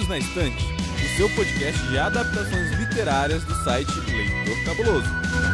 Perdidos na Estante, o seu podcast de adaptações literárias do site Leitor Cabuloso.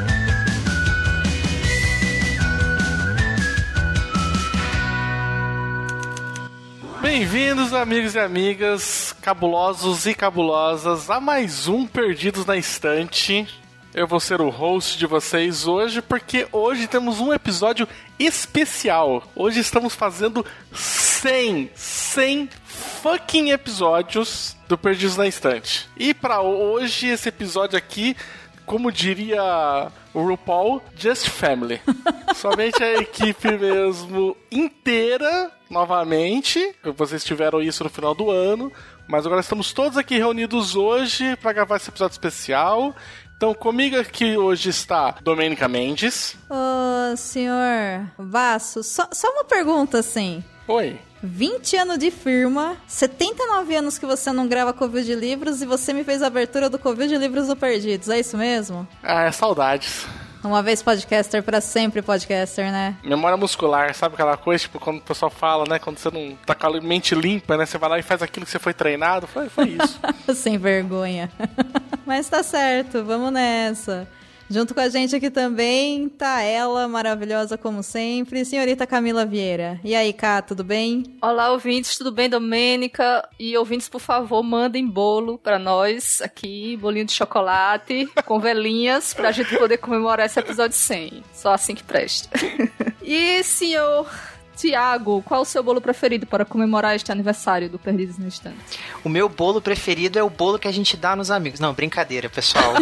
Bem-vindos, amigos e amigas, cabulosos e cabulosas, a mais um Perdidos na Estante. Eu vou ser o host de vocês hoje, porque hoje temos um episódio especial. Hoje estamos fazendo 100 fucking episódios do Perdidos na Estante. E para hoje, esse episódio aqui, como diria o RuPaul, Just Family. Somente a equipe mesmo inteira, novamente. Vocês tiveram isso no final do ano, mas agora estamos todos aqui reunidos hoje para gravar esse episódio especial. Então, comigo aqui hoje está Domênica Mendes. Ô, senhor Vasso, só uma pergunta, assim. Oi. 20 anos de firma, 79 anos que você não grava Covil de Livros e você me fez a abertura do Covil de Livros do Perdidos, é isso mesmo? Ah, é saudades. Uma vez podcaster, pra sempre podcaster, né? Memória muscular, sabe aquela coisa, tipo, quando o pessoal fala, né, quando você não tá com a mente limpa, né, você vai lá e faz aquilo que você foi treinado, foi isso. Sem vergonha. Mas tá certo, vamos nessa. Junto com a gente aqui também tá ela, maravilhosa como sempre, senhorita Camila Vieira. E aí, Cá, tudo bem? Olá, ouvintes, tudo bem, Domênica? E ouvintes, por favor, mandem bolo pra nós aqui, bolinho de chocolate, com velinhas, pra gente poder comemorar esse episódio 100. Só assim que presta. E, senhor Tiago, qual o seu bolo preferido para comemorar este aniversário do Perdidos na Estante? O meu bolo preferido é o bolo que a gente dá nos amigos. Não, brincadeira, pessoal.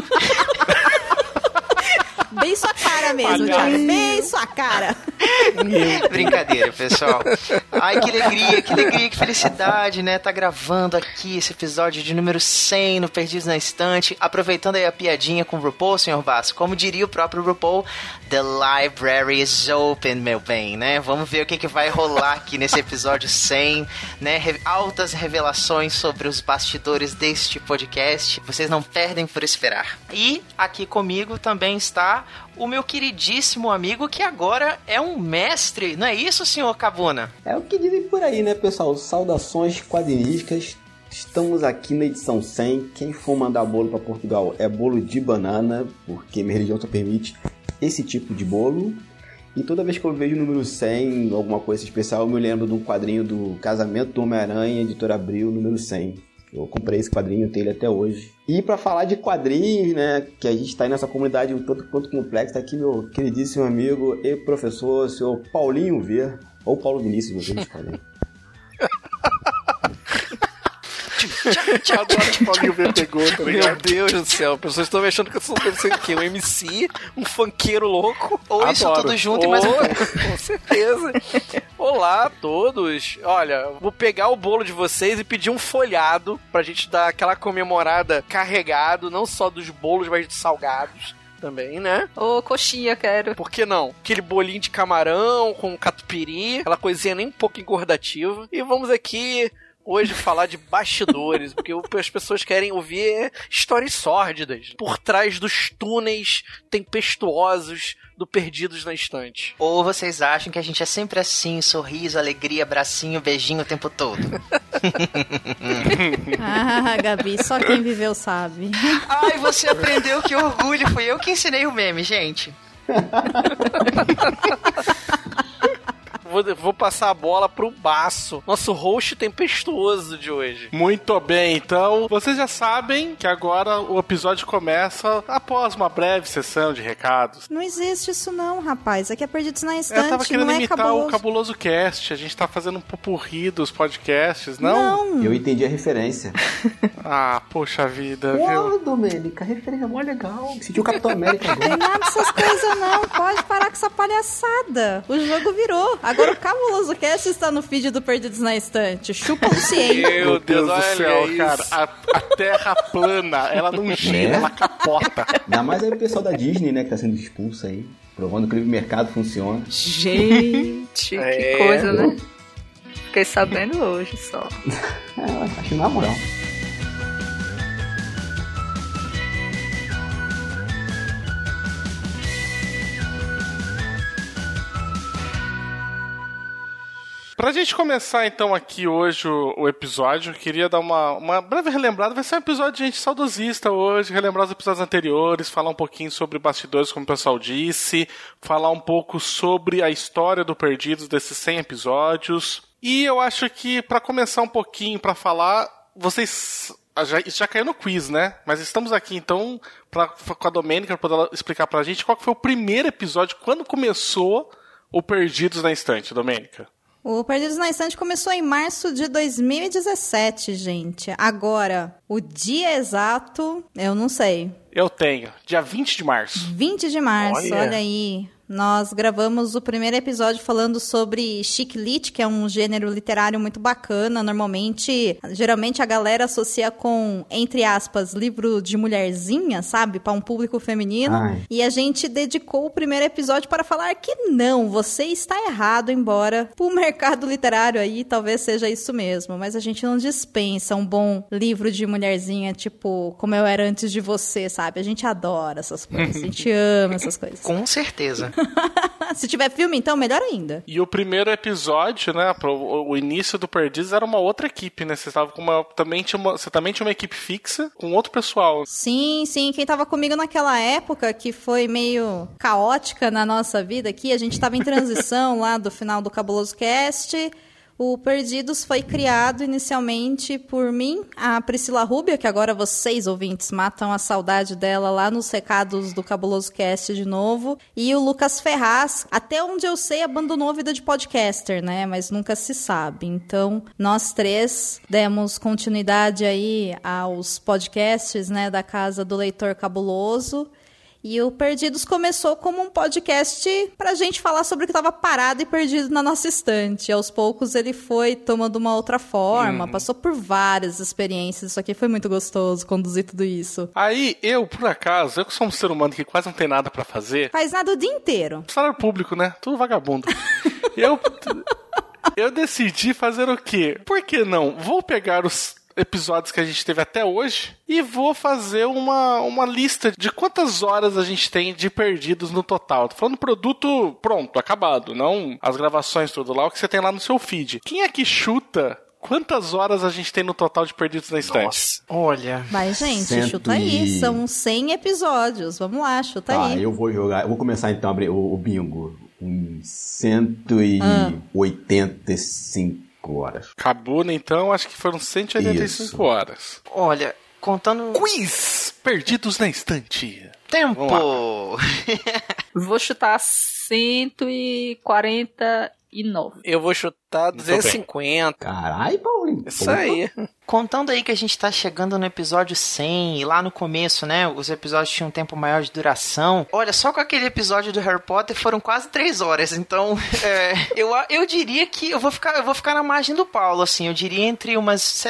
Bem sua cara mesmo, Thiago. Bem sua cara. Brincadeira, pessoal. Ai, que alegria, que felicidade, né? Tá gravando aqui esse episódio de número 100 no Perdidos na Estante. Aproveitando aí a piadinha com o RuPaul, senhor Basso. Como diria o próprio RuPaul, the library is open, meu bem, né? Vamos ver o que vai rolar aqui nesse episódio 100, né? Altas revelações sobre os bastidores deste podcast. Vocês não perdem por esperar. E aqui comigo também está o meu queridíssimo amigo, que agora é um mestre, não é isso, senhor Cabuna? É o que dizem por aí, né, pessoal? Saudações quadrinísticas. Estamos aqui na edição 100. Quem for mandar bolo para Portugal é bolo de banana, porque minha religião só permite esse tipo de bolo. E toda vez que eu vejo o número 100, alguma coisa especial, eu me lembro de um quadrinho do Casamento do Homem-Aranha, editora Abril, número 100. Eu comprei esse quadrinho, tenho ele até hoje. E para falar de quadrinhos, né, que a gente está aí nessa comunidade um tanto quanto complexa, tá aqui meu queridíssimo amigo e professor, o senhor Paulinho Ver, ou Paulo Vinícius, vocês escolhem. Meu Deus do céu, as pessoas estão achando que eu sou um MC, um funkeiro louco. Ou isso tudo junto e mais um pouco. Com certeza. Olá a todos. Olha, vou pegar o bolo de vocês e pedir um folhado pra gente dar aquela comemorada carregado, não só dos bolos, mas dos salgados também, né? Ô, coxinha, quero. Por que não? Aquele bolinho de camarão com catupiry, aquela coisinha nem um pouco engordativa. E vamos aqui hoje falar de bastidores, porque as pessoas querem ouvir histórias sórdidas por trás dos túneis tempestuosos do Perdidos na Estante. Ou vocês acham que a gente é sempre assim, sorriso, alegria, bracinho, beijinho o tempo todo? Ah, Gabi, só quem viveu sabe. Ai, você aprendeu, que orgulho, fui eu que ensinei o meme, gente. Vou passar a bola pro Basso, nosso host tempestuoso de hoje. Muito bem, então vocês já sabem que agora o episódio começa após uma breve sessão de recados. Não existe isso não, rapaz. Aqui é Perdidos na Estante, Eu tava querendo não é imitar cabuloso. o Cabuloso Cast, a gente tá fazendo um pupurri dos podcasts, não? Não. Eu entendi a referência. Ah, poxa vida, Pô, viu? Domênica, a referência é mó legal. Sentiu o Capitão América Tem agora. nada dessas coisas não. Pode parar com essa palhaçada. O jogo virou. Agora o Cabuloso Cast está no feed do Perdidos na Estante. Chupa o Luciene. Meu Deus do olha céu, isso. cara. A terra plana, ela não gira, ela capota. Ainda mais aí o pessoal da Disney, né, que tá sendo expulso aí. Provando que o livre mercado funciona. Gente, que coisa, né? Fiquei sabendo hoje só. Acho que na moral. Pra gente começar então aqui hoje o episódio, eu queria dar uma breve relembrada. Vai ser um episódio, gente, saudosista hoje, relembrar os episódios anteriores, falar um pouquinho sobre bastidores, como o pessoal disse, falar um pouco sobre a história do Perdidos, desses 100 episódios. E eu acho que pra começar um pouquinho, pra falar, vocês... Isso já caiu no quiz, né? Mas estamos aqui, então, com a Domênica, para poder explicar pra gente qual que foi o primeiro episódio, quando começou o Perdidos na Estante, Domênica. O Perdidos na Estante começou em março de 2017, gente. Agora, o dia exato, eu não sei. Eu tenho, dia 20 de março. 20 de março, olha aí. Nós gravamos o primeiro episódio falando sobre chick lit, que é um gênero literário muito bacana. Geralmente a galera associa com, entre aspas, livro de mulherzinha, sabe? Para um público feminino. Ai. E a gente dedicou o primeiro episódio para falar que não, você está errado, embora pro mercado literário aí talvez seja isso mesmo. Mas a gente não dispensa um bom livro de mulherzinha, tipo, Como Eu Era Antes de Você, sabe? A gente adora essas coisas, a gente ama essas coisas. Com certeza. Se tiver filme, então, melhor ainda. E o primeiro episódio, né, o início do Perdidos era uma outra equipe, né? Você também tinha uma equipe fixa com outro pessoal. Sim. Quem tava comigo naquela época, que foi meio caótica na nossa vida aqui, a gente tava em transição lá do final do Cabuloso Cast. O Perdidos foi criado inicialmente por mim, a Priscila Rubia, que agora vocês, ouvintes, matam a saudade dela lá nos recados do Cabuloso Cast de novo, e o Lucas Ferraz, até onde eu sei, abandonou a vida de podcaster, né, mas nunca se sabe. Então, nós três demos continuidade aí aos podcasts, né, da Casa do Leitor Cabuloso. E o Perdidos começou como um podcast pra gente falar sobre o que estava parado e perdido na nossa estante. E aos poucos ele foi tomando uma outra forma, passou por várias experiências. Isso aqui foi muito gostoso, conduzir tudo isso. Aí, por acaso, eu que sou um ser humano que quase não tem nada pra fazer... Faz nada o dia inteiro. Salário público, né? Tudo vagabundo. Eu decidi fazer o quê? Por que não? Vou pegar os episódios que a gente teve até hoje e vou fazer uma lista de quantas horas a gente tem de Perdidos no total. Tô falando produto pronto, acabado, não as gravações tudo lá, o que você tem lá no seu feed. Quem é que chuta quantas horas a gente tem no total de Perdidos na Estante? Nossa, olha... Mas, gente, chuta aí, são 100 episódios, vamos lá, chuta aí. Eu vou começar então a abrir o bingo, 185 horas. Acabou, né? Então, acho que foram 185 horas. Olha, contando... Quiz! Perdidos na Estante. Tempo! Vou chutar 149. Eu vou chutar 250. Caralho, Paulinho. Isso aí. Contando aí que a gente tá chegando no episódio 100, e lá no começo, né, os episódios tinham um tempo maior de duração. Olha, só com aquele episódio do Harry Potter foram quase 3 horas, então eu diria que eu vou ficar na margem do Paulo, assim, eu diria entre umas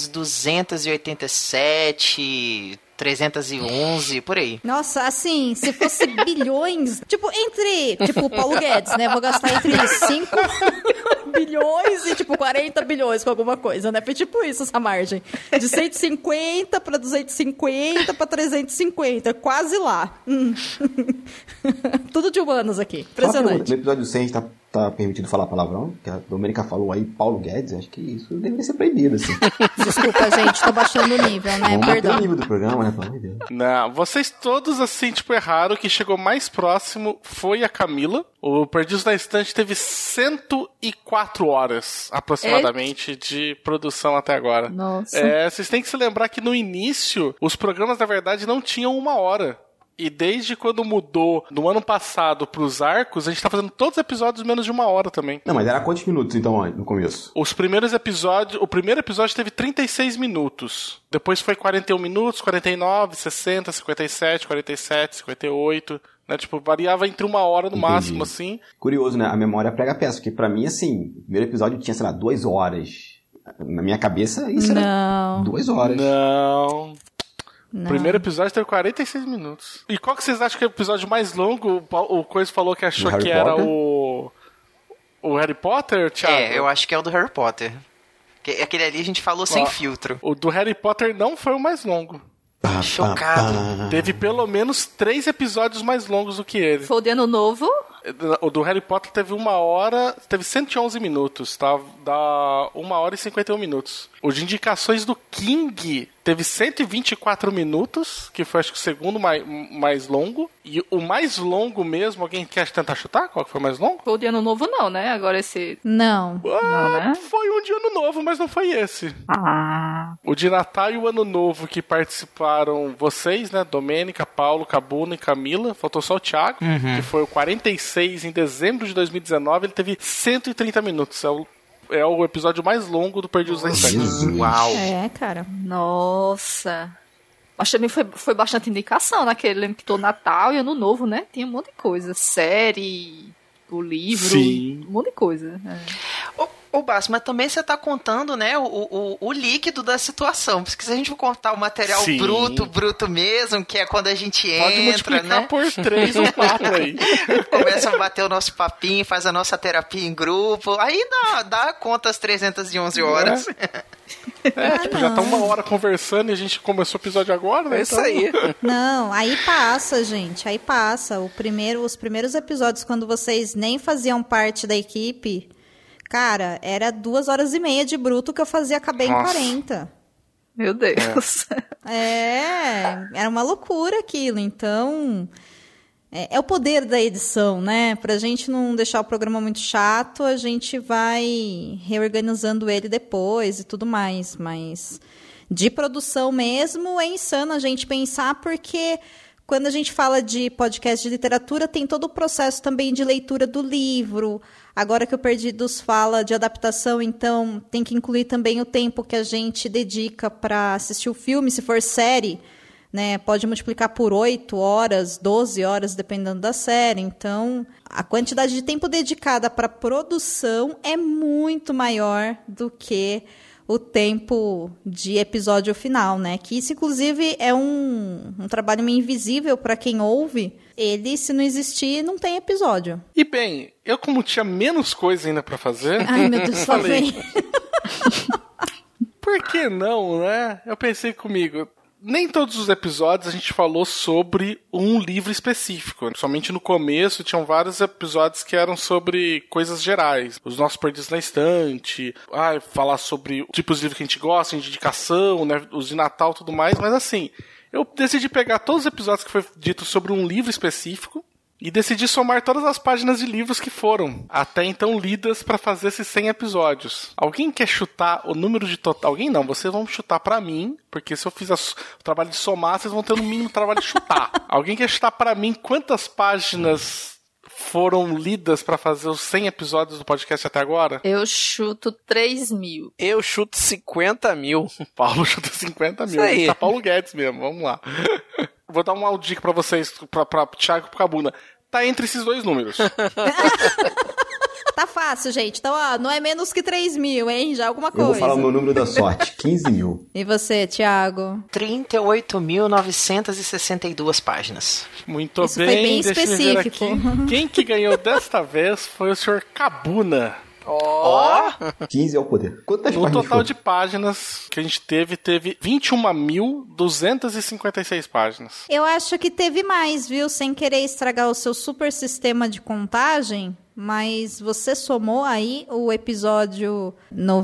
287... 311, por aí. Nossa, assim, se fosse bilhões... Tipo o Paulo Guedes, né? Vou gastar entre 5 bilhões e, 40 bilhões com alguma coisa, né? Foi tipo isso, essa margem. De 150 para 250 para 350. Quase lá. Tudo de humanos aqui. Impressionante. No episódio 100 a gente tá permitido falar palavrão, que a Domênica falou aí, Paulo Guedes, acho que isso deveria ser proibido, assim. Desculpa, gente, tô baixando o nível, né? Vamos Perdão. o nível do programa, né? Pelo amor de Deus. Não, vocês todos, assim, erraram. O que chegou mais próximo foi a Camila. O Perdidos na Estante teve 104 horas, aproximadamente, de produção até agora. Nossa. Vocês têm que se lembrar que no início, os programas, na verdade, não tinham 1 hora. E desde quando mudou no ano passado pros arcos, a gente tá fazendo todos os episódios menos de 1 hora também. Não, mas era quantos minutos, então, no começo? O primeiro episódio teve 36 minutos. Depois foi 41 minutos, 49, 60, 57, 47, 58... Né? Variava entre 1 hora no máximo, assim. Curioso, né? A memória prega peça, porque pra mim, assim, o primeiro episódio tinha, 2 horas. Na minha cabeça, isso era 2 horas. Não. O primeiro episódio teve 46 minutos. E qual que vocês acham que é o episódio mais longo? O Coisa falou que achou que era o Harry Potter, Thiago? Eu acho que é o do Harry Potter. Aquele ali a gente falou sem filtro. O do Harry Potter não foi o mais longo. Chocado. Teve pelo menos 3 episódios mais longos do que ele. Foi o de Ano Novo? O do Harry Potter teve 1 hora, teve 111 minutos, tá? Dá 1 hora e 51 minutos. O de indicações do King teve 124 minutos, que foi acho que o segundo mais longo. E o mais longo mesmo, alguém quer tentar chutar? Qual que foi o mais longo? Foi o de Ano Novo não, né? Agora esse... Não. Não, né? Foi um de Ano Novo, mas não foi esse. Ah. O de Natal e o Ano Novo que participaram vocês, né? Domênica, Paulo, Cabuna e Camila. Faltou só o Thiago, que foi o 46 em dezembro de 2019. Ele teve 130 minutos. É o episódio mais longo do Perdidos na Instante. Uau! É, cara. Nossa. Mas também foi bastante indicação naquele. Lembro que tô Natal e Ano Novo, né? Tinha um monte de coisa. Série, o livro, Sim. um monte de coisa. Ô, Basso, mas também você tá contando, né, o líquido da situação. Porque se a gente for contar o material Sim. bruto mesmo, que é quando a gente Pode entra, multiplicar né? por 3 ou 4 aí. Começa a bater o nosso papinho, faz a nossa terapia em grupo. Aí dá conta as 311 horas. Tipo, já tá 1 hora conversando e a gente começou o episódio agora, né? É isso aí. Não, aí passa, gente. Aí passa. Os primeiros episódios, quando vocês nem faziam parte da equipe, cara, era 2h30 de bruto que eu fazia, acabei em 40. Meu Deus. Era uma loucura aquilo. Então, é o poder da edição, né? Pra gente não deixar o programa muito chato, a gente vai reorganizando ele depois e tudo mais. Mas de produção mesmo, é insano a gente pensar, porque quando a gente fala de podcast de literatura, tem todo o processo também de leitura do livro. Agora que o Perdidos fala de adaptação, então tem que incluir também o tempo que a gente dedica para assistir o filme, se for série, né? Pode multiplicar por 8 horas, 12 horas, dependendo da série. Então, a quantidade de tempo dedicada para produção é muito maior do que o tempo de episódio final, né? Que isso, inclusive, é um trabalho meio invisível para quem ouve. Ele, se não existir, não tem episódio. E bem, eu como tinha menos coisa ainda pra fazer... Ai, meu Deus, só vem. Por que não, né? Eu pensei comigo... Nem todos os episódios a gente falou sobre um livro específico. Somente no começo tinham vários episódios que eram sobre coisas gerais. Os nossos Perdidos na Estante, falar sobre tipos de livros que a gente gosta, indicação, né, os de Natal e tudo mais. Mas assim, eu decidi pegar todos os episódios que foi dito sobre um livro específico e decidi somar todas as páginas de livros que foram até então lidas para fazer esses 100 episódios. Alguém quer chutar o número de total? Alguém não, vocês vão chutar para mim, porque se eu fizer o trabalho de somar, vocês vão ter no mínimo o trabalho de chutar. Alguém quer chutar para mim quantas páginas foram lidas para fazer os 100 episódios do podcast até agora? Eu chuto 3.000. Eu chuto 50 mil. Paulo chuta 50 mil. Isso aí. Tá Paulo Guedes mesmo, vamos lá. Vou dar uma dica pra vocês, pra Thiago e pro Cabuna. Tá entre esses dois números. Tá fácil, gente. Então, não é menos que 3.000, hein? Já alguma coisa. Eu vou falar o meu número da sorte, 15 mil. E você, Thiago? 38.962 páginas. Muito Isso bem. foi bem Deixa eu ver específico. aqui. Quem que ganhou desta vez foi o senhor Cabuna. Ó! 15 é o poder. Quantas No páginas total foram? de páginas que a gente teve 21.256 páginas. Eu acho que teve mais, viu? Sem querer estragar o seu super sistema de contagem, mas você somou aí o episódio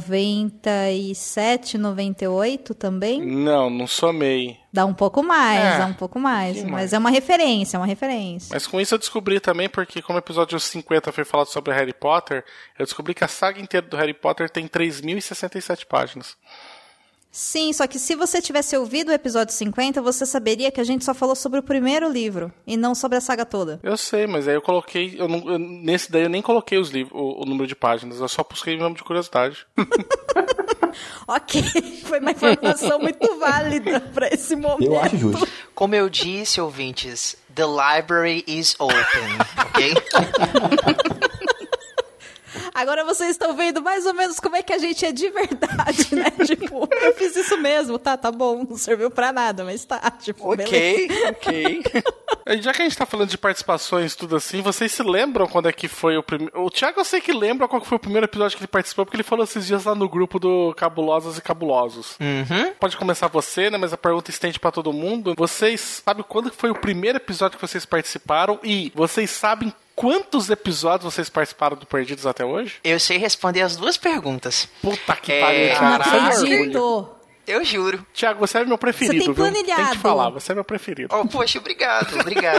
97, 98 também? Não somei. Dá um pouco mais, É, dá um pouco mais. pouquinho Mas mais. é uma referência, é uma referência. Mas com isso eu descobri também, porque como o episódio 50 foi falado sobre Harry Potter, eu descobri que a saga inteira do Harry Potter tem 3.067 páginas. Sim, só que se você tivesse ouvido o episódio 50, você saberia que a gente só falou sobre o primeiro livro e não sobre a saga toda. Eu sei, mas aí eu coloquei... nesse daí eu nem coloquei os livros, o número de páginas, eu só busquei mesmo de curiosidade. Ok, foi uma informação muito válida pra esse momento. Eu acho justo. Como eu disse, ouvintes, the library is open, ok? Agora vocês estão vendo mais ou menos como é que a gente é de verdade, né? Tipo, eu fiz isso mesmo, tá bom, não serviu pra nada, mas tá, tipo, beleza. Ok. Já que a gente tá falando de participações e tudo assim, vocês se lembram quando é que foi o primeiro... O Thiago eu sei que lembra qual que foi o primeiro episódio que ele participou, porque ele falou esses dias lá no grupo do Cabulosas e Cabulosos. Pode começar você, né? Mas a pergunta estende pra todo mundo. Vocês sabem quando foi o primeiro episódio que vocês participaram e vocês sabem quantos episódios vocês participaram do Perdidos até hoje? Eu sei responder as duas perguntas. Puta que pariu, Não Thiago. acredito. Eu juro. Thiago, você é meu preferido, Você tem viu? planilhado. Tem que falar, você é meu preferido. Oh, poxa, obrigado.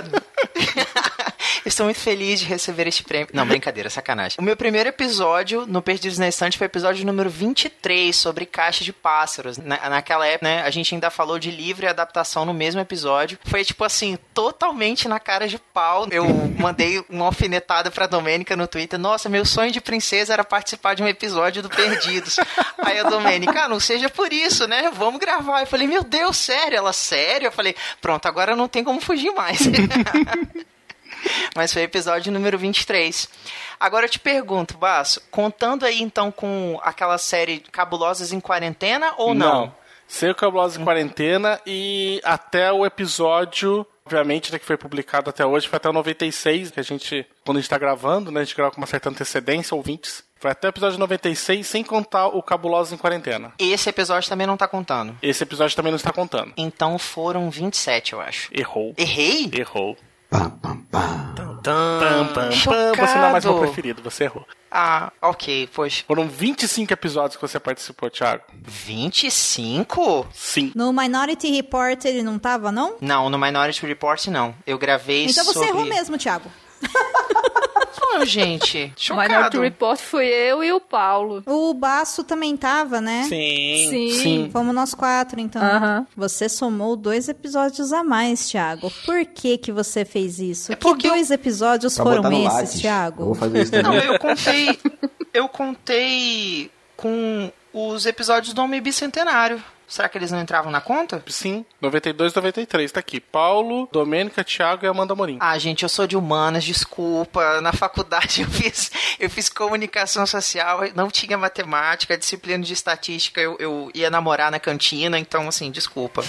Estou muito feliz de receber este prêmio. Não, brincadeira, sacanagem. O meu primeiro episódio no Perdidos na Estante foi o episódio número 23, sobre caixa de pássaros. Naquela época, né, a gente ainda falou de livro e adaptação no mesmo episódio. Foi, tipo assim, totalmente na cara de pau. Eu mandei uma alfinetada pra Domênica no Twitter. Nossa, meu sonho de princesa era participar de um episódio do Perdidos. Aí a Domênica, não seja por isso, né? Vamos gravar. Eu falei, meu Deus, sério? Ela, sério? Eu falei, pronto, agora não tem como fugir mais. Mas foi o episódio número 23. Agora eu te pergunto, Basso, contando aí então com aquela série Cabulosas em Quarentena ou não? Sem o Cabulosas em Quarentena e até o episódio, obviamente, que foi publicado até hoje, foi até o 96, que a gente, quando a gente tá gravando, né, a gente grava com uma certa antecedência, ouvintes. Foi até o episódio 96, sem contar o Cabulosos em Quarentena. Esse episódio também não tá contando. Esse episódio também não está contando. Então foram 27, eu acho. Errou. Errei? Errou. Pam, pam, pam. Chocado. Você não é mais meu preferido, você errou. Ah, ok, pois. Foram 25 episódios que você participou, Thiago. 25? Sim. No Minority Report ele não tava, não? Não, no Minority Report não. Eu gravei Então você sobre... errou mesmo, Thiago. Oh, gente, O Minority chocado. Report fui eu e o Paulo. O Basso também tava, né? Sim. Fomos nós 4, então. Aham. Você somou 2 episódios a mais, Thiago. Por que que você fez isso? É porque que 2 episódios Pra foram botar no esses, Lattes. Eu Thiago? vou fazer isso Não, também. eu contei com os episódios do Homem Bicentenário. Será que eles não entravam na conta? Sim, 92, 93, tá aqui. Paulo, Domênica, Thiago e Amanda Morim. Ah, gente, eu sou de humanas, desculpa. Na faculdade eu fiz comunicação social, não tinha matemática, disciplina de estatística, eu ia namorar na cantina, então, assim, desculpa.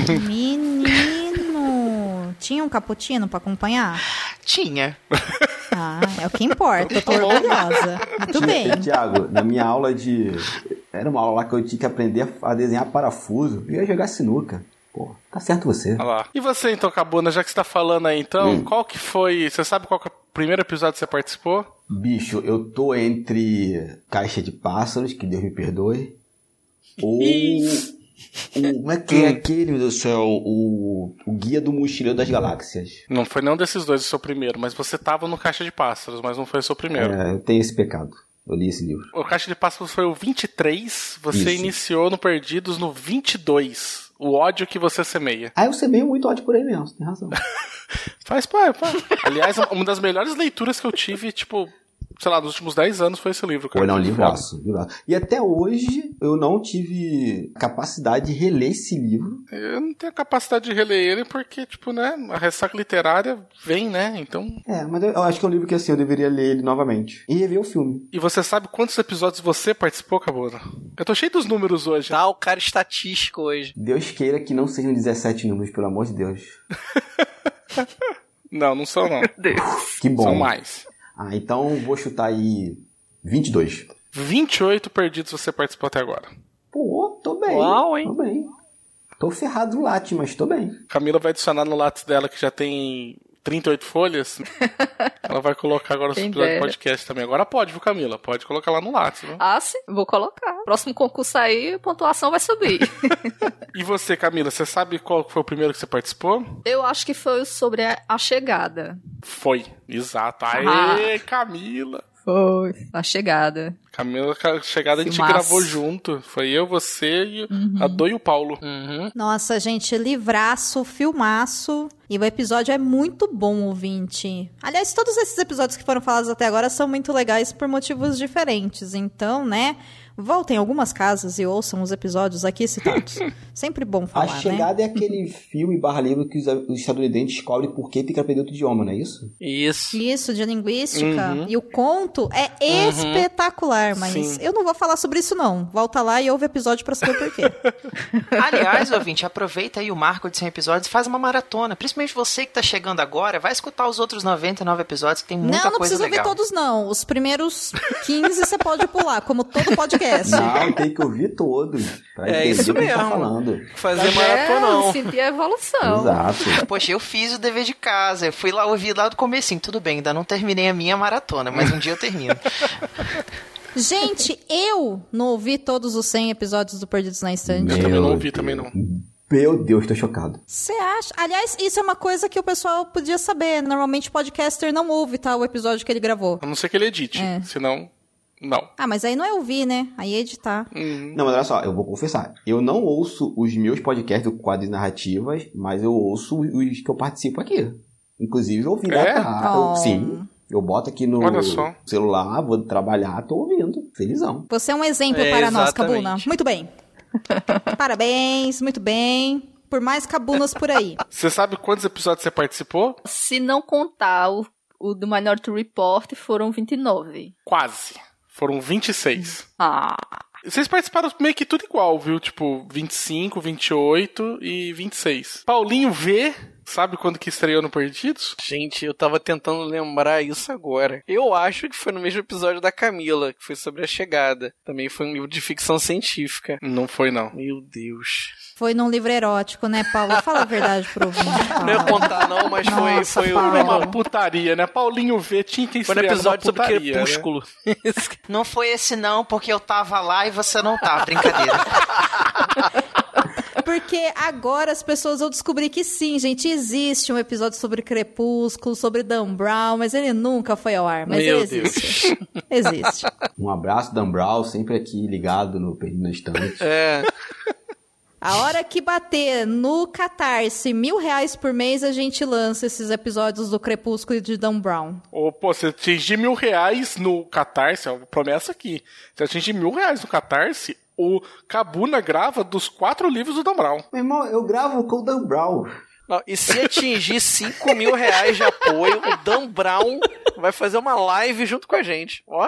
Menino! Tinha um cappuccino pra acompanhar? Tinha. Ah, é o que importa. Eu tô orgulhosa. Muito bem. Tiago, na minha aula de... Era uma aula lá que eu tinha que aprender a desenhar parafuso. Eu ia jogar sinuca. Pô, tá certo você. Olha lá. E você, então, Cabuna, já que você tá falando aí, então, qual que foi... Você sabe qual que é o primeiro episódio que você participou? Bicho, eu tô entre Caixa de Pássaros, que Deus me perdoe, ou... como é que é aquele, meu Deus do céu? O Guia do Mochileiro das Galáxias. Não foi nenhum desses dois o seu primeiro, mas você tava no Caixa de Pássaros, mas não foi o seu primeiro. É, eu tenho esse pecado. Eu li esse livro. O Caixa de Pássaros foi o 23, você Isso. iniciou no Perdidos no 22. O ódio que você semeia. Ah, eu semeio muito ódio por aí mesmo, você tem razão. Faz, pai. Aliás, uma das melhores leituras que eu tive, tipo, sei lá, nos últimos 10 anos foi esse livro. Pô, Cara. não, livraço. E até hoje eu não tive capacidade de reler esse livro. Eu não tenho a capacidade de reler ele porque, tipo, né, a ressaca literária vem, né, então... É, mas eu acho que é um livro que, assim, eu deveria ler ele novamente. E rever o filme. E você sabe quantos episódios você participou, Cabuna? Eu tô cheio dos números hoje. Tá o cara estatístico hoje. Deus queira que não sejam 17 números, pelo amor de Deus. Não são não. Que bom. São mais. Ah, então vou chutar aí 22. 28 Perdidos você participou até agora. Pô, tô bem. Uau, hein? Tô bem. Tô ferrado no latte, mas tô bem. Camila vai adicionar no lápis dela que já tem 38 folhas. Ela vai colocar agora no Quem episódio de dera. podcast também. Agora pode, viu, Camila? Pode colocar lá no lápis, viu? Ah, sim, vou colocar. Próximo concurso aí, a pontuação vai subir. E você, Camila, você sabe qual foi o primeiro que você participou? Eu acho que foi sobre a chegada. Foi, exato. Aê, Ah. Camila! Foi. A chegada. Camila, a chegada a gente Filmaço. gravou junto. Foi eu, você, e a Dô e o Paulo. Nossa, gente, livraço, filmaço. E o episódio é muito bom, ouvinte. Aliás, todos esses episódios que foram falados até agora são muito legais por motivos diferentes. Então, né, voltem algumas casas e ouçam os episódios aqui citados. Sempre bom A falar, Chegada é aquele filme / livro que os estadunidenses descobrem por que tem que aprender outro idioma, não é isso? Isso. Isso, de linguística. E o conto é espetacular. popular, mas Sim. eu não vou falar sobre isso não. Volta lá e ouve o episódio pra saber o porquê. Aliás, ouvinte, aproveita aí o marco de 100 episódios e faz uma maratona. Principalmente você que tá chegando agora, vai escutar os outros 99 episódios que tem muita Não coisa precisa legal. ouvir todos não. Os primeiros 15 você pode pular, como todo podcast. Não, tem que ouvir todos. Pra É entender isso o que tá mesmo. falando. Fazer maratonão. sentir a evolução. Exato. Poxa, eu fiz o dever de casa. Eu fui lá ouvir lá do comecinho. Tudo bem, ainda não terminei a minha maratona, mas um dia eu termino. Gente, eu não ouvi todos os 100 episódios do Perdidos na Estante. Eu também não Meu ouvi, também não. Meu Deus, tô chocado. Você acha? Aliás, isso é uma coisa que o pessoal podia saber. Normalmente o podcaster não ouve, tá, o episódio que ele gravou. A não ser que ele edite, senão, não. Ah, mas aí não é ouvir, né? Aí é editar. Não, mas olha só, eu vou confessar. Eu não ouço os meus podcasts do Quadro de Narrativas, mas eu ouço os que eu participo aqui. Inclusive, eu ouvi Oh. Sim. Eu boto aqui no Olha só. celular, vou trabalhar, tô ouvindo. Felizão. Você é um exemplo É, para nós, exatamente. Cabuna. Muito bem. Parabéns, muito bem. Por mais Cabunas por aí. Você sabe quantos episódios você participou? Se não contar o do Minority Report, foram 29. Quase. Foram 26. Ah, Vocês participaram meio que tudo igual, viu? Tipo, 25, 28 e 26. Paulinho V, sabe quando que estreou no Perdidos? Gente, eu tava tentando lembrar isso agora. Eu acho que foi no mesmo episódio da Camila, que foi sobre a chegada. Também foi um livro de ficção científica. Não foi, não. Meu Deus. Foi num livro erótico, né, Paulo? Fala a verdade pro ouvinte, Paulo. Não ia contar não, mas Nossa, foi Paulo. Foi uma putaria, né? Paulinho V tinha que Foi no estrear episódio sobre putaria, né? Crepúsculo. Não foi esse não, porque eu tava lá e você não tá. Brincadeira. Porque agora as pessoas vão descobrir que sim, gente, existe um episódio sobre Crepúsculo, sobre Dan Brown, mas ele nunca foi ao ar. Mas Meu ele existe. Existe. Um abraço, Dan Brown, sempre aqui ligado no Perdido na Estante. É. A hora que bater no Catarse R$1.000 por mês, a gente lança esses episódios do Crepúsculo e de Dan Brown. Ou, pô, você atingir R$1.000 no Catarse, ó, promessa aqui. Se atingir R$1.000 no Catarse, o Cabuna grava dos 4 livros do Dan Brown. Meu irmão, eu gravo com o Dan Brown. Não, e se atingir R$5.000 de apoio, o Dan Brown vai fazer uma live junto com a gente. Ó.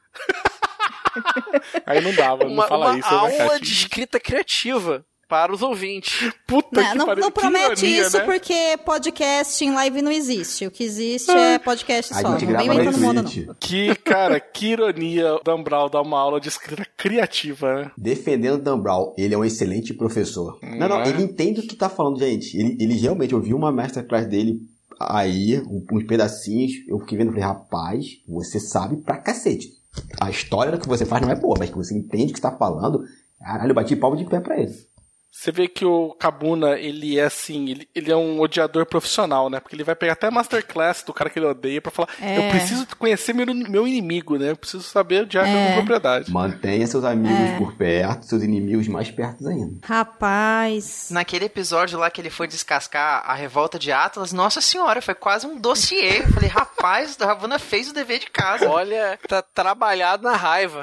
Aí não dava, não fala isso. Uma né, aula Catinho? de escrita criativa para os ouvintes. Puta que Não pariu. não que promete ironia, isso né? porque podcast em live não existe. O que existe é podcast A só. gente Não vem grava na inventando moda, não. Twitch. Que, cara, que ironia o Dan Brown dar uma aula de escrita criativa, né? Defendendo o Dan Brown, ele é um excelente professor. Não, ele entende o que tá falando, gente. Ele realmente, eu vi uma masterclass dele aí, uns pedacinhos, eu fiquei vendo e falei, rapaz, você sabe pra cacete. A história que você faz não é boa, mas que você entende o que tá falando, caralho, eu bati palma de pé pra ele. Você vê que o Cabuna, ele é assim, ele é um odiador profissional, né? Porque ele vai pegar até a masterclass do cara que ele odeia pra falar, eu preciso conhecer meu inimigo, né? Eu preciso saber odiar com propriedade. Mantenha seus amigos por perto, seus inimigos mais perto ainda. Rapaz. Naquele episódio lá que ele foi descascar a revolta de Atlas, nossa senhora, foi quase um dossiê. Eu falei, rapaz, o Ravana fez o dever de casa. Olha, tá trabalhado na raiva.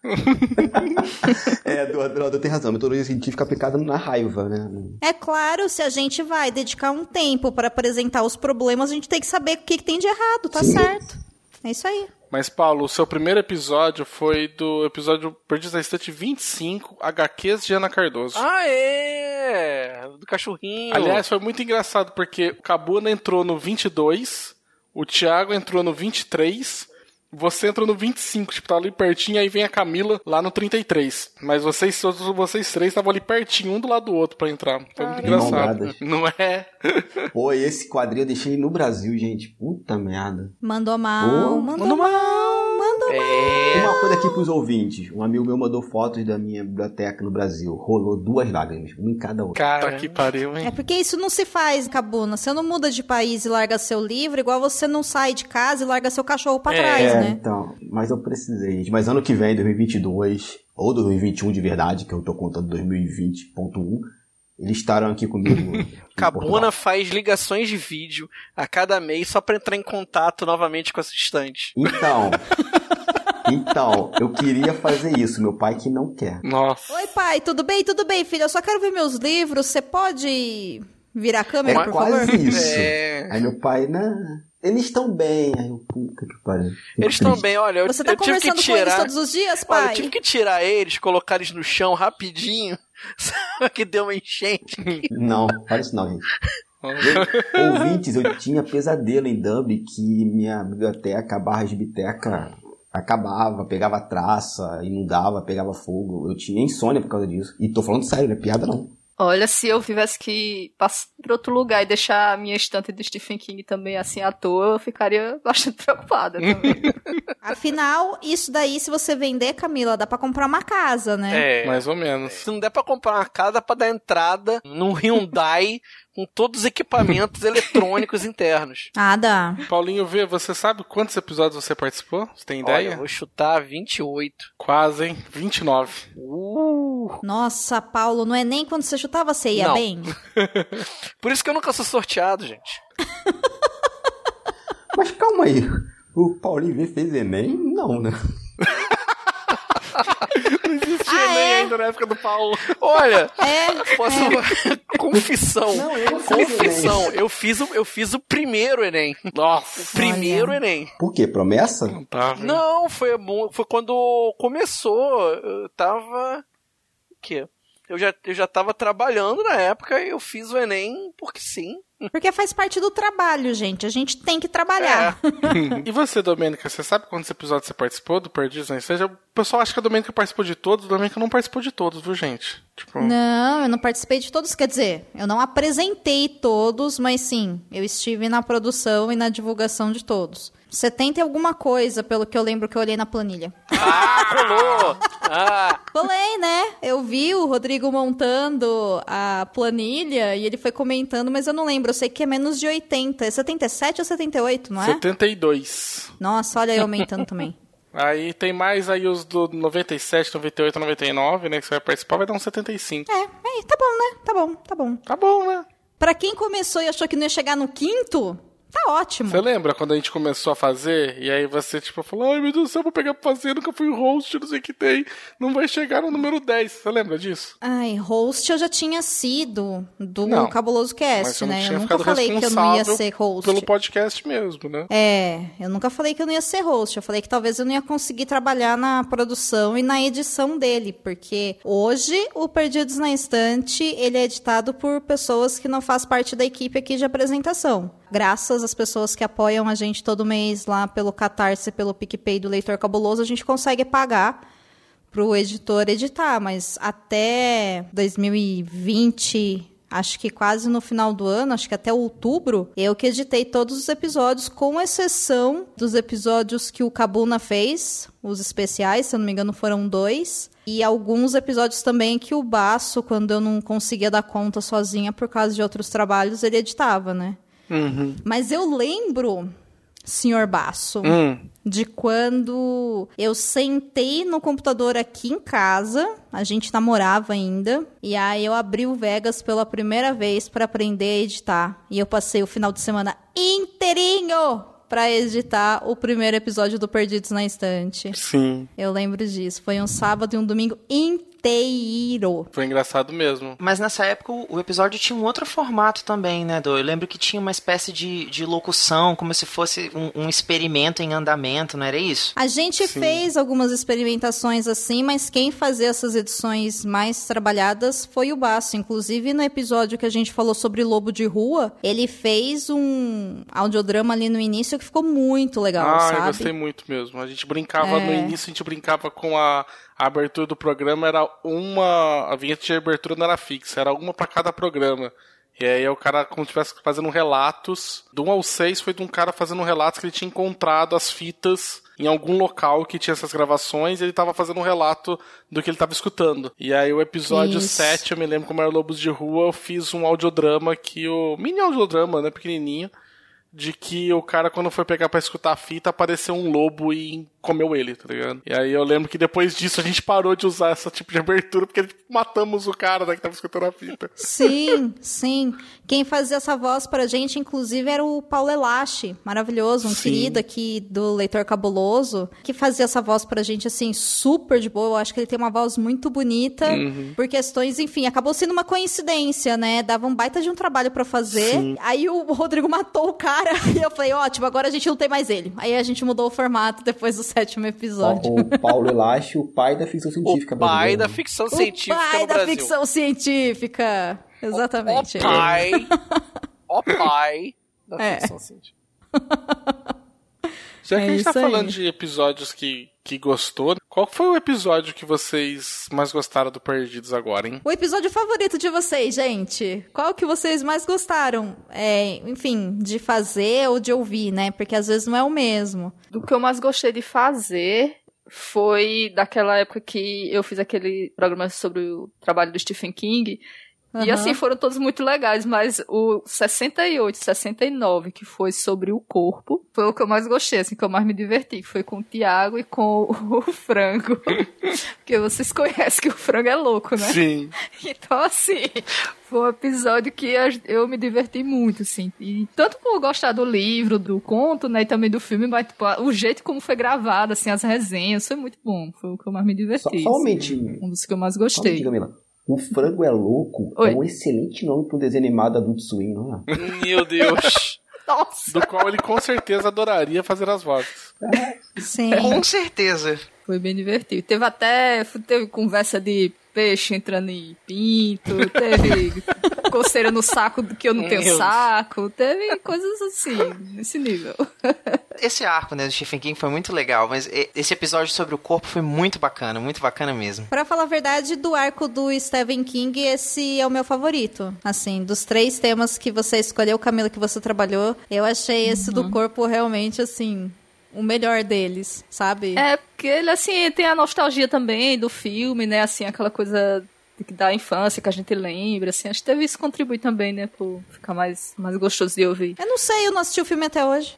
Eduardo tem razão, metodologia científica aplicada na raiva, né? É claro, se a gente vai dedicar um tempo para apresentar os problemas, a gente tem que saber o que tem de errado, tá certo. É isso aí. Mas, Paulo, o seu primeiro episódio foi do episódio Perdidos na Estante 25, HQs de Ana Cardoso. Ah, é! Do cachorrinho. Aliás, foi muito engraçado, porque o Cabuna entrou no 22, o Thiago entrou no 23, você entrou no 25, tipo, tá ali pertinho, aí vem a Camila lá no 33. Mas todos vocês três estavam ali pertinho, um do lado do outro pra entrar. Foi muito engraçado. Maldadas. Não é? Pô, esse quadrinho eu deixei no Brasil, gente. Puta merda. Mandou mal, Ô, mandou mal, mandou mal. Uma coisa aqui pros ouvintes. Um amigo meu mandou fotos da minha biblioteca no Brasil. Rolou 2 lágrimas, uma em cada outra. Cara, que pariu, hein? É porque isso não se faz, Cabuna. Você não muda de país e larga seu livro, igual você não sai de casa e larga seu cachorro pra trás, né? Então, mas eu precisei, gente. Mas ano que vem, 2022, ou 2021 de verdade, que eu tô contando 2020.1, eles estarão aqui comigo. em Cabuna Portugal. faz ligações de vídeo a cada mês só pra entrar em contato novamente com essa estante. Então, eu queria fazer isso, meu pai que não quer. Nossa. Oi, pai, tudo bem, filho? Eu só quero ver meus livros. Você pode virar a câmera, É por quase favor? isso. É. Aí meu pai, não, Eles estão bem. Aí eu, puta que pariu. Eles estão bem, olha. Você tá eu tive que conversando com eles tirar. todos os dias, Olha, pai? eu tive que tirar eles, colocar eles no chão rapidinho. Só que deu uma enchente. Não, fala isso não, gente. Ouvintes, eu tinha pesadelo em Dublin que minha biblioteca, a barra de biteca, acabava, pegava traça, inundava, pegava fogo. Eu tinha insônia por causa disso. E tô falando sério, não é piada não. Olha, se eu tivesse que passar pra outro lugar e deixar a minha estante do Stephen King também assim à toa, eu ficaria bastante preocupada também. Afinal, isso daí, se você vender, Camila, dá pra comprar uma casa, né? É. Mais ou menos. Se não der pra comprar uma casa, dá pra dar entrada num Hyundai com todos os equipamentos eletrônicos internos. Ah, dá. Paulinho V, você sabe quantos episódios você participou? Você tem Olha, ideia? eu vou chutar 28. Quase, hein? 29. Nossa, Paulo, não é nem quando você chutava, você ia Não. bem? Por isso que eu nunca sou sorteado, gente. Mas calma aí. O Paulinho V fez Enem? Não, né? Não existia nem ainda na época do Paulo. Olha, É, posso... Confissão. Não, eu fiz Confissão. Eu fiz o primeiro Enem. Nossa. Primeiro Enem. Por quê? Promessa? Não tava. Não, foi quando começou. Eu tava... O quê? Eu já tava trabalhando na época e eu fiz o Enem porque sim. porque faz parte do trabalho, gente. A gente tem que trabalhar. E você, Domênica, você sabe quantos episódios você participou do Perdidos na Estante? O pessoal acha que a Domênica participou de todos, a Domênica não participou de todos, viu, gente? Tipo... Não, eu não participei de todos. Quer dizer, eu não apresentei todos, mas sim, eu estive na produção e na divulgação de todos. 70 e alguma coisa, pelo que eu lembro que eu olhei na planilha. Ah, colou! Ah, Colei, né? Eu vi o Rodrigo montando a planilha e ele foi comentando, mas eu não lembro. Eu sei que é menos de 80. É 77 ou 78, não é? 72. Nossa, olha aí aumentando também. Aí tem mais aí os do 97, 98, 99, né? Que você vai participar, vai dar uns 75. Tá bom, né? Tá bom, tá bom. Tá bom, né? Pra quem começou e achou que não ia chegar no quinto, tá ótimo. Você lembra quando a gente começou a fazer? E aí você, tipo, falou: ai, meu Deus do céu, vou pegar pra fazer, nunca fui host, não sei o que tem. Não vai chegar no número 10. Você lembra disso? Ai, host eu já tinha sido do Não, Cabuloso Mas Cast, você não né? tinha Eu nunca ficado falei que eu não ia responsável ser host. pelo podcast mesmo, né? Eu nunca falei que eu não ia ser host. Eu falei que talvez eu não ia conseguir trabalhar na produção e na edição dele, porque hoje o Perdidos na Estante, ele é editado por pessoas que não fazem parte da equipe aqui de apresentação. Graças às pessoas que apoiam a gente todo mês lá pelo Catarse, pelo PicPay do Leitor Cabuloso, a gente consegue pagar pro editor editar, mas até 2020... acho que quase no final do ano, acho que até outubro, eu que editei todos os episódios, com exceção dos episódios que o Cabuna fez, os especiais, se eu não me engano foram 2, e alguns episódios também que o Baço, quando eu não conseguia dar conta sozinha por causa de outros trabalhos, ele editava, né? Uhum. Mas eu lembro, senhor Baço, de quando eu sentei no computador aqui em casa, a gente namorava ainda, e aí eu abri o Vegas pela primeira vez para aprender a editar. E eu passei o final de semana inteirinho para editar o primeiro episódio do Perdidos na Estante. Sim. Eu lembro disso. Foi um sábado e um domingo inteiro. Foi engraçado mesmo. Mas nessa época o episódio tinha um outro formato também, né, Dô? Eu lembro que tinha uma espécie de locução, como se fosse um experimento em andamento, não era isso? A gente fez algumas experimentações assim, mas quem fazia essas edições mais trabalhadas foi o Baço. Inclusive, no episódio que a gente falou sobre Lobo de Rua, ele fez um audiodrama ali no início que ficou muito legal, sabe? Eu gostei muito mesmo. A gente brincava no início, a gente brincava com a abertura do programa, era a vinheta de abertura não era fixa, era uma pra cada programa. E aí o cara, como se estivesse fazendo relatos, do 1 ao 6 foi de um cara fazendo relatos que ele tinha encontrado as fitas em algum local que tinha essas gravações, e ele tava fazendo um relato do que ele tava escutando. E aí o episódio 7, eu me lembro como era Lobos de Rua, eu fiz um audiodrama mini audiodrama, né, pequenininho, de que o cara, quando foi pegar pra escutar a fita, apareceu um lobo e comeu ele, tá ligado? E aí eu lembro que depois disso a gente parou de usar esse tipo de abertura, porque matamos o cara, né, que tava escutando a fita. Sim, sim. Quem fazia essa voz pra gente, inclusive, era o Paulo Elache, maravilhoso, um querido aqui do Leitor Cabuloso, que fazia essa voz pra gente, assim, super de boa. Eu acho que ele tem uma voz muito bonita, por questões, enfim, acabou sendo uma coincidência, né? Dava um baita de um trabalho pra fazer. Sim. Aí o Rodrigo matou o cara, e eu falei, ótimo, agora a gente não tem mais ele. Aí a gente mudou o formato depois do 7º episódio. O Paulo Elache, o pai da ficção científica brasileira. O pai da ficção científica no Brasil. O pai da ficção científica. Exatamente. O pai da ficção científica. Já que a gente tá falando de episódios que gostou, qual foi o episódio que vocês mais gostaram do Perdidos agora, hein? O episódio favorito de vocês, gente? Qual que vocês mais gostaram? Enfim, de fazer ou de ouvir, né? Porque às vezes não é o mesmo. Do que eu mais gostei de fazer foi daquela época que eu fiz aquele programa sobre o trabalho do Stephen King. E assim, foram todos muito legais, mas o 68, 69, que foi sobre o corpo, foi o que eu mais gostei, assim, que eu mais me diverti, que foi com o Thiago e com o Frango. Porque vocês conhecem que o Frango é louco, né? Sim. Então, assim, foi um episódio que eu me diverti muito, assim. E tanto por gostar do livro, do conto, né, e também do filme, mas tipo, o jeito como foi gravado, assim, as resenhas, foi muito bom. Foi o que eu mais me diverti. Somente. Assim, um dos que eu mais gostei. Somente, Camila. O Frango é Louco é um excelente nome para um desenho animado Adult Swim, não é? Meu Deus. Nossa. Do qual ele com certeza adoraria fazer as vozes. Sim. Com certeza. Foi bem divertido. Teve conversa de peixe entrando em pinto, teve coceira no saco do que eu não tenho saco, teve coisas assim, nesse nível. Esse arco, né, do Stephen King foi muito legal, mas esse episódio sobre o corpo foi muito bacana mesmo. Pra falar a verdade, do arco do Stephen King, esse é o meu favorito. Assim, dos 3 temas que você escolheu, Camila, que você trabalhou, eu achei esse do corpo realmente, assim, o melhor deles, sabe? É, porque ele, assim, tem a nostalgia também do filme, né, assim, aquela coisa da infância que a gente lembra, assim, acho que deve isso contribuir também, né, por ficar mais gostoso de ouvir. Eu não sei, eu não assisti o filme até hoje.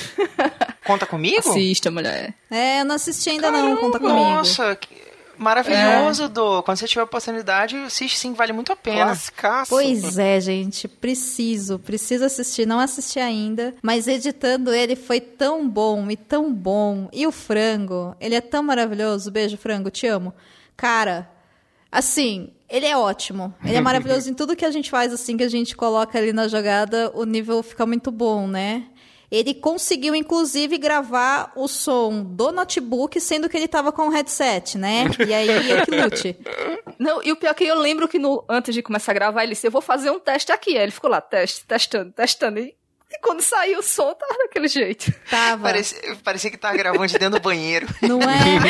Conta comigo? Assista, mulher. Eu não assisti ainda. Caramba, não, conta comigo. Nossa, maravilhoso, Dô. Quando você tiver a oportunidade, assiste sim, vale muito a pena. Classicaço. Pois é, gente, preciso assistir, não assisti ainda, mas editando ele foi tão bom e tão bom. E o Frango, ele é tão maravilhoso. Beijo, Frango, te amo. Cara, assim, ele é ótimo. Ele é maravilhoso em tudo que a gente faz, assim, que a gente coloca ali na jogada, o nível fica muito bom, né? Ele conseguiu, inclusive, gravar o som do notebook, sendo que ele tava com o headset, né? E aí, eu que lute. Não, e o pior é que eu lembro que antes de começar a gravar, ele disse, eu vou fazer um teste aqui. Aí ele ficou lá, testando. E quando saiu o som, tava daquele jeito. Tava. Parecia que tava gravando de dentro do banheiro. Não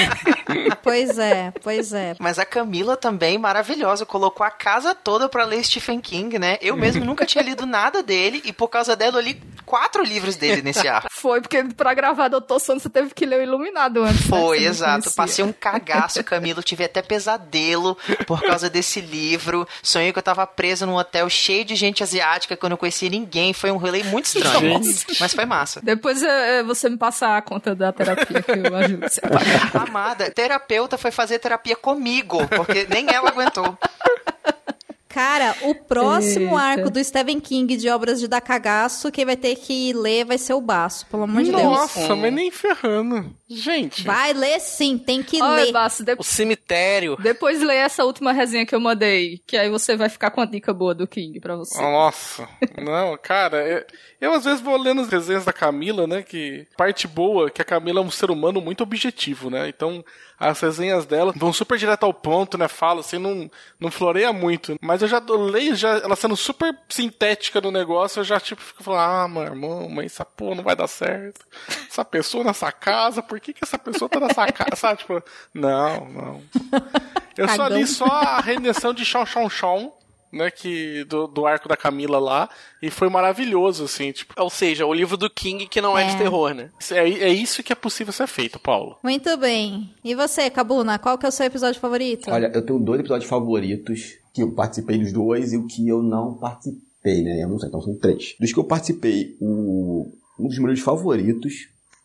é? Pois é. Mas a Camila também, maravilhosa, colocou a casa toda pra ler Stephen King, né? Eu mesmo nunca tinha lido nada dele, e por causa dela eu li 4 livros dele nesse arco. Foi, porque pra gravar Doutor Sono você teve que ler o Iluminado antes. Foi, né? Exato. Passei um cagaço, Camila. Eu tive até pesadelo por causa desse livro. Sonhei que eu tava presa num hotel cheio de gente asiática, que eu não conhecia ninguém. Foi um rolê muito estranho. Mas foi massa. Depois você me passa a conta da terapia que eu ajudo você a pagar. Amada, terapeuta foi fazer terapia comigo, porque nem ela aguentou. Cara, o próximo arco do Stephen King de obras de dar cagaço, quem vai ter que ler vai ser o Baço, pelo amor de Deus. Nossa, mas nem ferrando. Gente. Vai ler sim, tem que ler. Baço, O cemitério. Depois lê essa última resenha que eu mandei, que aí você vai ficar com a dica boa do King pra você. Nossa. Não, cara, eu às vezes vou lendo as resenhas da Camila, né, que parte boa é que a Camila é um ser humano muito objetivo, né, então as resenhas dela vão super direto ao ponto, né, fala assim, não floreia muito, mas eu já leio ela sendo super sintética no negócio, eu já tipo fico falando, meu irmão, mas essa porra não vai dar certo, essa pessoa nessa casa, por que essa pessoa tá nessa casa, sabe, tipo, não. Eu só li só a redenção de Chon, né, do arco da Camila lá, e foi maravilhoso, assim, tipo... Ou seja, o livro do King que não é de terror, né? É isso que é possível ser feito, Paulo. Muito bem. E você, Cabuna, qual que é o seu episódio favorito? Olha, eu tenho 2 episódios favoritos, que eu participei dos 2 e o que eu não participei, né? Eu não sei, então são 3. Dos que eu participei, um dos meus favoritos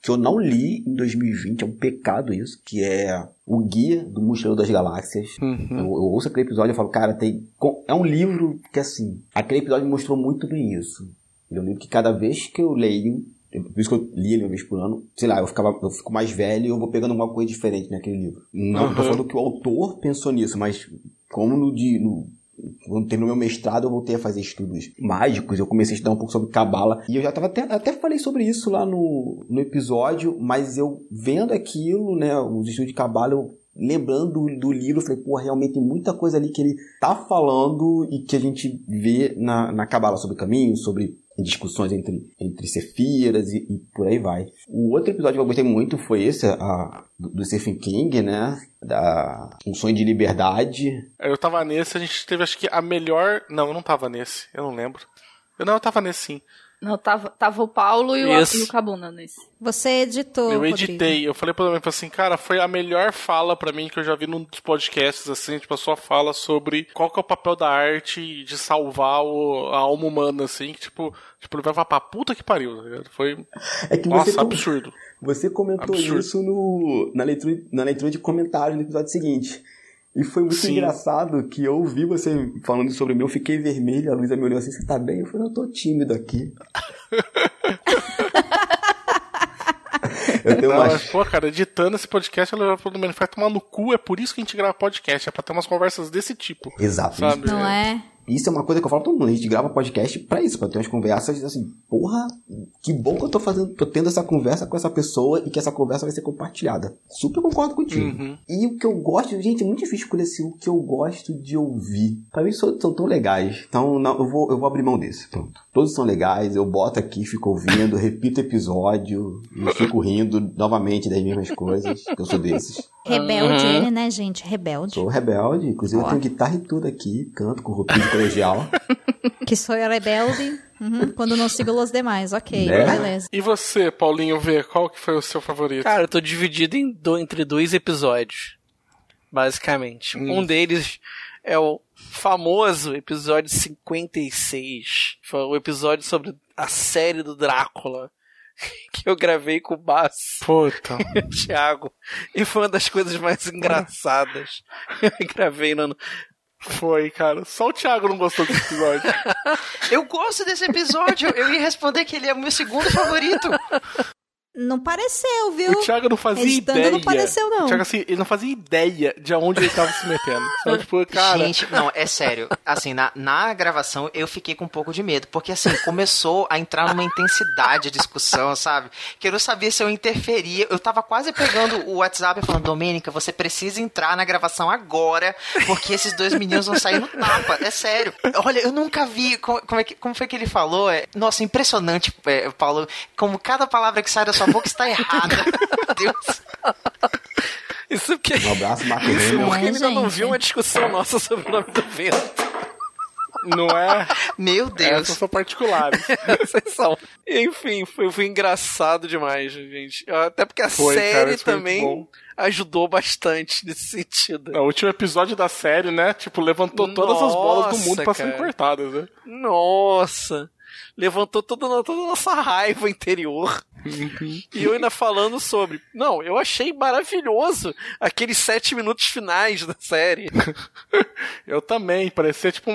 que eu não li em 2020, é um pecado isso, que é o Guia do Mochileiro das Galáxias. Eu ouço aquele episódio e falo, cara, é um livro que, assim, aquele episódio mostrou muito bem isso. É um livro que cada vez que eu leio, por isso que eu li ele uma vez por ano, sei lá, eu fico mais velho e eu vou pegando alguma coisa diferente naquele livro. Não tô falando que o autor pensou nisso, mas como quando terminou meu mestrado, eu voltei a fazer estudos mágicos, eu comecei a estudar um pouco sobre Cabala, e eu já tava até falei sobre isso lá no episódio, mas eu vendo aquilo, né, os estudos de Cabala, eu lembrando do livro, eu falei, pô, realmente tem muita coisa ali que ele tá falando e que a gente vê na Cabala, sobre caminho, sobre discussões entre Sephiras e por aí vai. O outro episódio que eu gostei muito foi esse, do Stephen King, né? Um Sonho de Liberdade. Eu tava nesse, a gente teve acho que a melhor... Não, eu não tava nesse, eu não lembro. Eu tava nesse sim. Não, tava o Paulo e o Cabuna nesse. Você editou, Eu Rodrigo. editei. Eu falei pra mim assim, cara, foi a melhor fala pra mim que eu já vi num dos podcasts, assim, tipo, a sua fala sobre qual que é o papel da arte de salvar a alma humana, assim, que, tipo, ele vai pra puta que pariu, tá ligado? Foi, nossa, absurdo. Você comentou absurdo. Isso na leitura de comentários no episódio seguinte. E foi muito engraçado que eu ouvi você falando sobre mim, eu fiquei vermelho, a Luísa me olhou assim, você tá bem? Eu falei, eu tô tímido aqui. Mas, pô, cara, editando esse podcast, ela falou, mano, vai tomar no cu, é por isso que a gente grava podcast, é pra ter umas conversas desse tipo. Exato. Sabe? Não é? Isso é uma coisa que eu falo pra todo mundo, a gente grava podcast pra isso, pra ter umas conversas assim, porra, que bom que eu tô tendo essa conversa com essa pessoa e que essa conversa vai ser compartilhada. Super concordo contigo. E o que eu gosto, gente, é muito difícil escolher assim, o que eu gosto de ouvir. Pra mim são tão legais, então não, eu vou abrir mão desse, pronto. Todos são legais, eu boto aqui, fico ouvindo, repito episódio e fico rindo novamente das mesmas coisas, que eu sou desses. Rebelde ele, né, gente? Rebelde. Sou rebelde, inclusive eu tenho guitarra e tudo aqui, canto com roupinha de colegial. Que sou rebelde quando não sigo os demais, ok, Né? beleza. E você, Paulinho V, qual que foi o seu favorito? Cara, eu tô dividido entre dois episódios, basicamente. Um deles é o famoso episódio 56. Foi o episódio sobre a série do Drácula, que eu gravei com o Bass. Puta. E o Thiago. E foi uma das coisas mais engraçadas que eu gravei no... Foi, cara. Só o Thiago não gostou desse episódio. Eu gosto desse episódio. Eu ia responder que ele é o meu segundo favorito. Não pareceu, viu? O Thiago não fazia Editando ideia. não pareceu, não. O Thiago, assim, ele não fazia ideia de aonde ele tava se metendo. Sabe, tipo, cara... Gente, não, é sério. Assim, na gravação eu fiquei com um pouco de medo. Porque, assim, começou a entrar numa intensidade de discussão, sabe? Que eu não sabia se eu interferia. Eu tava quase pegando o WhatsApp e falando, Domênica, você precisa entrar na gravação agora, porque esses dois meninos vão sair no tapa. É sério. Olha, eu nunca vi... Como foi que ele falou? Nossa, impressionante, Paulo. Como cada palavra que sai da sua boca está errada. Meu Deus. Isso porque... Um abraço, Marco Isso Rêmio. porque ele ainda não gente. viu uma discussão nossa sobre o nome do vento. Não é? Meu Deus. Essas são particulares. Vocês são. Enfim, foi engraçado demais, gente. Até porque a Foi, cara, série isso foi muito também bom. ajudou bastante nesse sentido. O último episódio da série, né? Tipo, levantou todas as bolas do mundo Nossa, pra serem cara. cortadas, né? Nossa! Levantou toda a nossa raiva interior. E eu ainda falando sobre... Não, eu achei maravilhoso aqueles 7 minutos finais da série. Eu também. Parecia tipo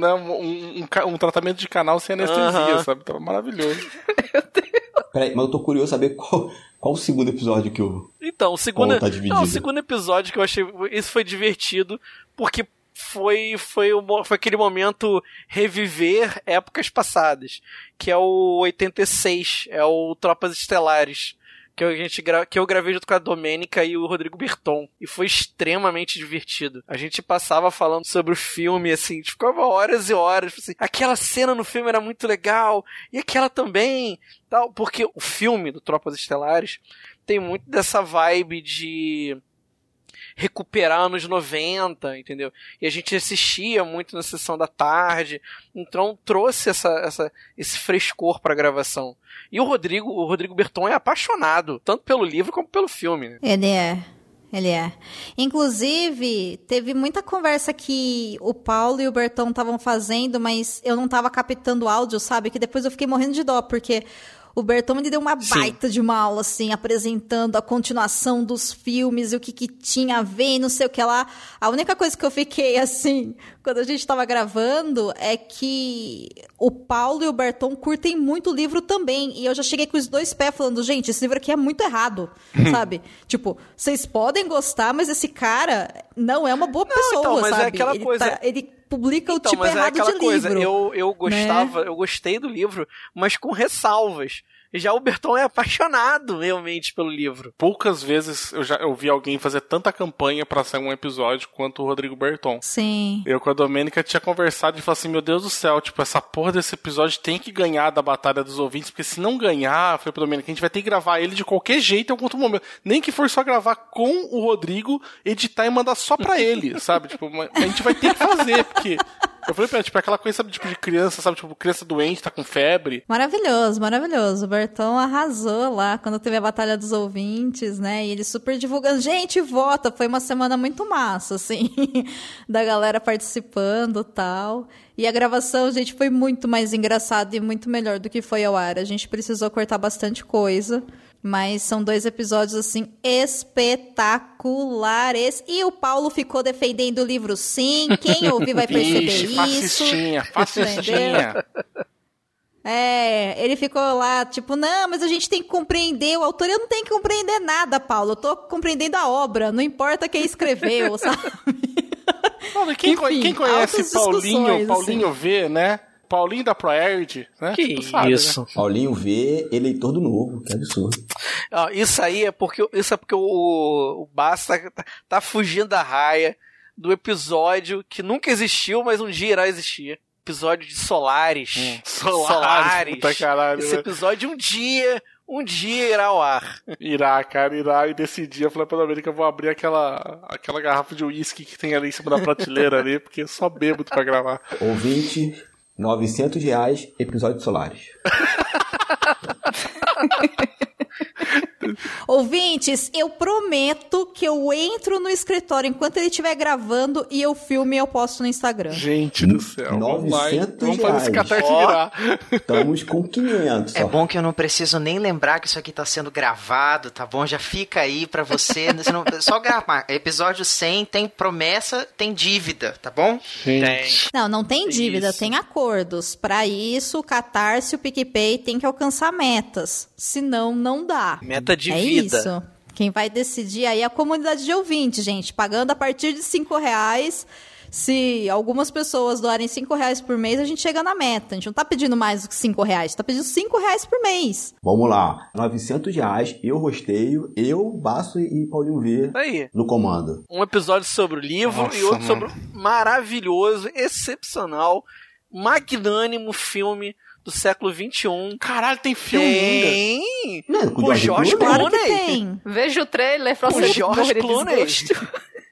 um tratamento de canal sem anestesia, sabe? Tava maravilhoso. Peraí, mas eu tô curioso saber qual o segundo episódio que eu... Então, o segundo, Tá dividido. não, o segundo episódio que eu achei... Esse foi divertido, porque foi aquele momento reviver épocas passadas, que é o 86, é o Tropas Estelares, que eu gravei junto com a Domênica e o Rodrigo Berton, e foi extremamente divertido. A gente passava falando sobre o filme, assim, ficava horas e horas, assim, aquela cena no filme era muito legal, e aquela também, tal, porque o filme do Tropas Estelares tem muito dessa vibe de recuperar anos 90, entendeu? E a gente assistia muito na sessão da tarde, então trouxe esse frescor pra gravação. E o Rodrigo Berton é apaixonado, tanto pelo livro como pelo filme, né? Ele é. Inclusive, teve muita conversa que o Paulo e o Berton estavam fazendo, mas eu não tava captando áudio, sabe? Que depois eu fiquei morrendo de dó, porque O Berton ele deu uma baita de uma aula, assim, apresentando a continuação dos filmes e o que tinha a ver e não sei o que lá. A única coisa que eu fiquei, assim, quando a gente tava gravando, é que o Paulo e o Berton curtem muito o livro também. E eu já cheguei com os dois pés falando, gente, esse livro aqui é muito errado, sabe? Tipo, vocês podem gostar, mas esse cara não é uma boa pessoa, então, mas sabe? é aquela coisa... ele publica o então, tipo mas errado é aquela de coisa, livro. eu gostava, eu gostei do livro, mas com ressalvas. Já o Berton é apaixonado realmente pelo livro. Poucas vezes eu vi alguém fazer tanta campanha pra sair um episódio quanto o Rodrigo Berton. Sim. Eu com a Domênica tinha conversado e falado assim, meu Deus do céu, tipo, essa porra desse episódio tem que ganhar da Batalha dos Ouvintes, porque se não ganhar, foi pra Domênica, a gente vai ter que gravar ele de qualquer jeito em algum outro momento. Nem que for só gravar com o Rodrigo, editar e mandar só pra ele, sabe? Tipo, a gente vai ter que fazer, porque... Eu falei pra ela, tipo, aquela coisa, sabe, tipo, de criança, sabe? Tipo, criança doente, tá com febre. Maravilhoso, maravilhoso. O Berton arrasou lá quando teve a Batalha dos Ouvintes, né? E ele super divulgando. Gente, vota! Foi uma semana muito massa, assim, da galera participando e tal. E a gravação, gente, foi muito mais engraçada e muito melhor do que foi ao ar. A gente precisou cortar bastante coisa. Mas são 2 episódios, assim, espetaculares. E o Paulo ficou defendendo o livro, sim. Quem ouvir vai perceber isso. Fascistinha. Ele ficou lá, tipo, não, mas a gente tem que compreender o autor. Eu não tenho que compreender nada, Paulo. Eu tô compreendendo a obra. Não importa quem escreveu, sabe? Quem Enfim, conhece Paulinho assim. V, né? Paulinho da Proerd, né? Que tipo, sabe, isso. Né? Paulinho V, eleitor do Novo, que absurdo. Isso é porque o Basta tá fugindo da raia do episódio que nunca existiu, mas um dia irá existir. Episódio de Solaris. Solaris. Puta caralho, esse episódio um dia irá ao ar. Irá. E nesse dia eu falei pra Domênica que eu vou abrir aquela garrafa de uísque que tem ali em cima da prateleira ali, porque eu só bêbado pra gravar. Ouvinte, R$900, episódio de Solaris. Ouvintes, eu prometo que eu entro no escritório enquanto ele estiver gravando e eu filme e eu posto no Instagram. Gente do céu. R$900. Vamos fazer esse catarse virar. Estamos com 500. É bom que eu não preciso nem lembrar que isso aqui tá sendo gravado, tá bom? Já fica aí pra você. Só gravar. Episódio 100 tem promessa, tem dívida, tá bom? Gente. Não tem dívida, tem acordos. Pra isso, o Catarse e o PicPay tem que alcançar metas. Senão, não dá. Meta de vida. Isso. Quem vai decidir aí é a comunidade de ouvintes, gente. Pagando a partir de R$5. Se algumas pessoas doarem R$5 por mês, a gente chega na meta. A gente não tá pedindo mais do que R$5. Tá pedindo R$5 por mês. Vamos lá. R$900, eu rosteio, eu, Basso e Paulinho V aí. No comando. Um episódio sobre o livro. Nossa, e outro mano. sobre o maravilhoso, excepcional, magnânimo filme do século XXI. Caralho, tem filme ainda. Tem! Não, com O George Claro que Clooney. tem. Veja o trailer pra O você George morrer de Clooney. desgosto.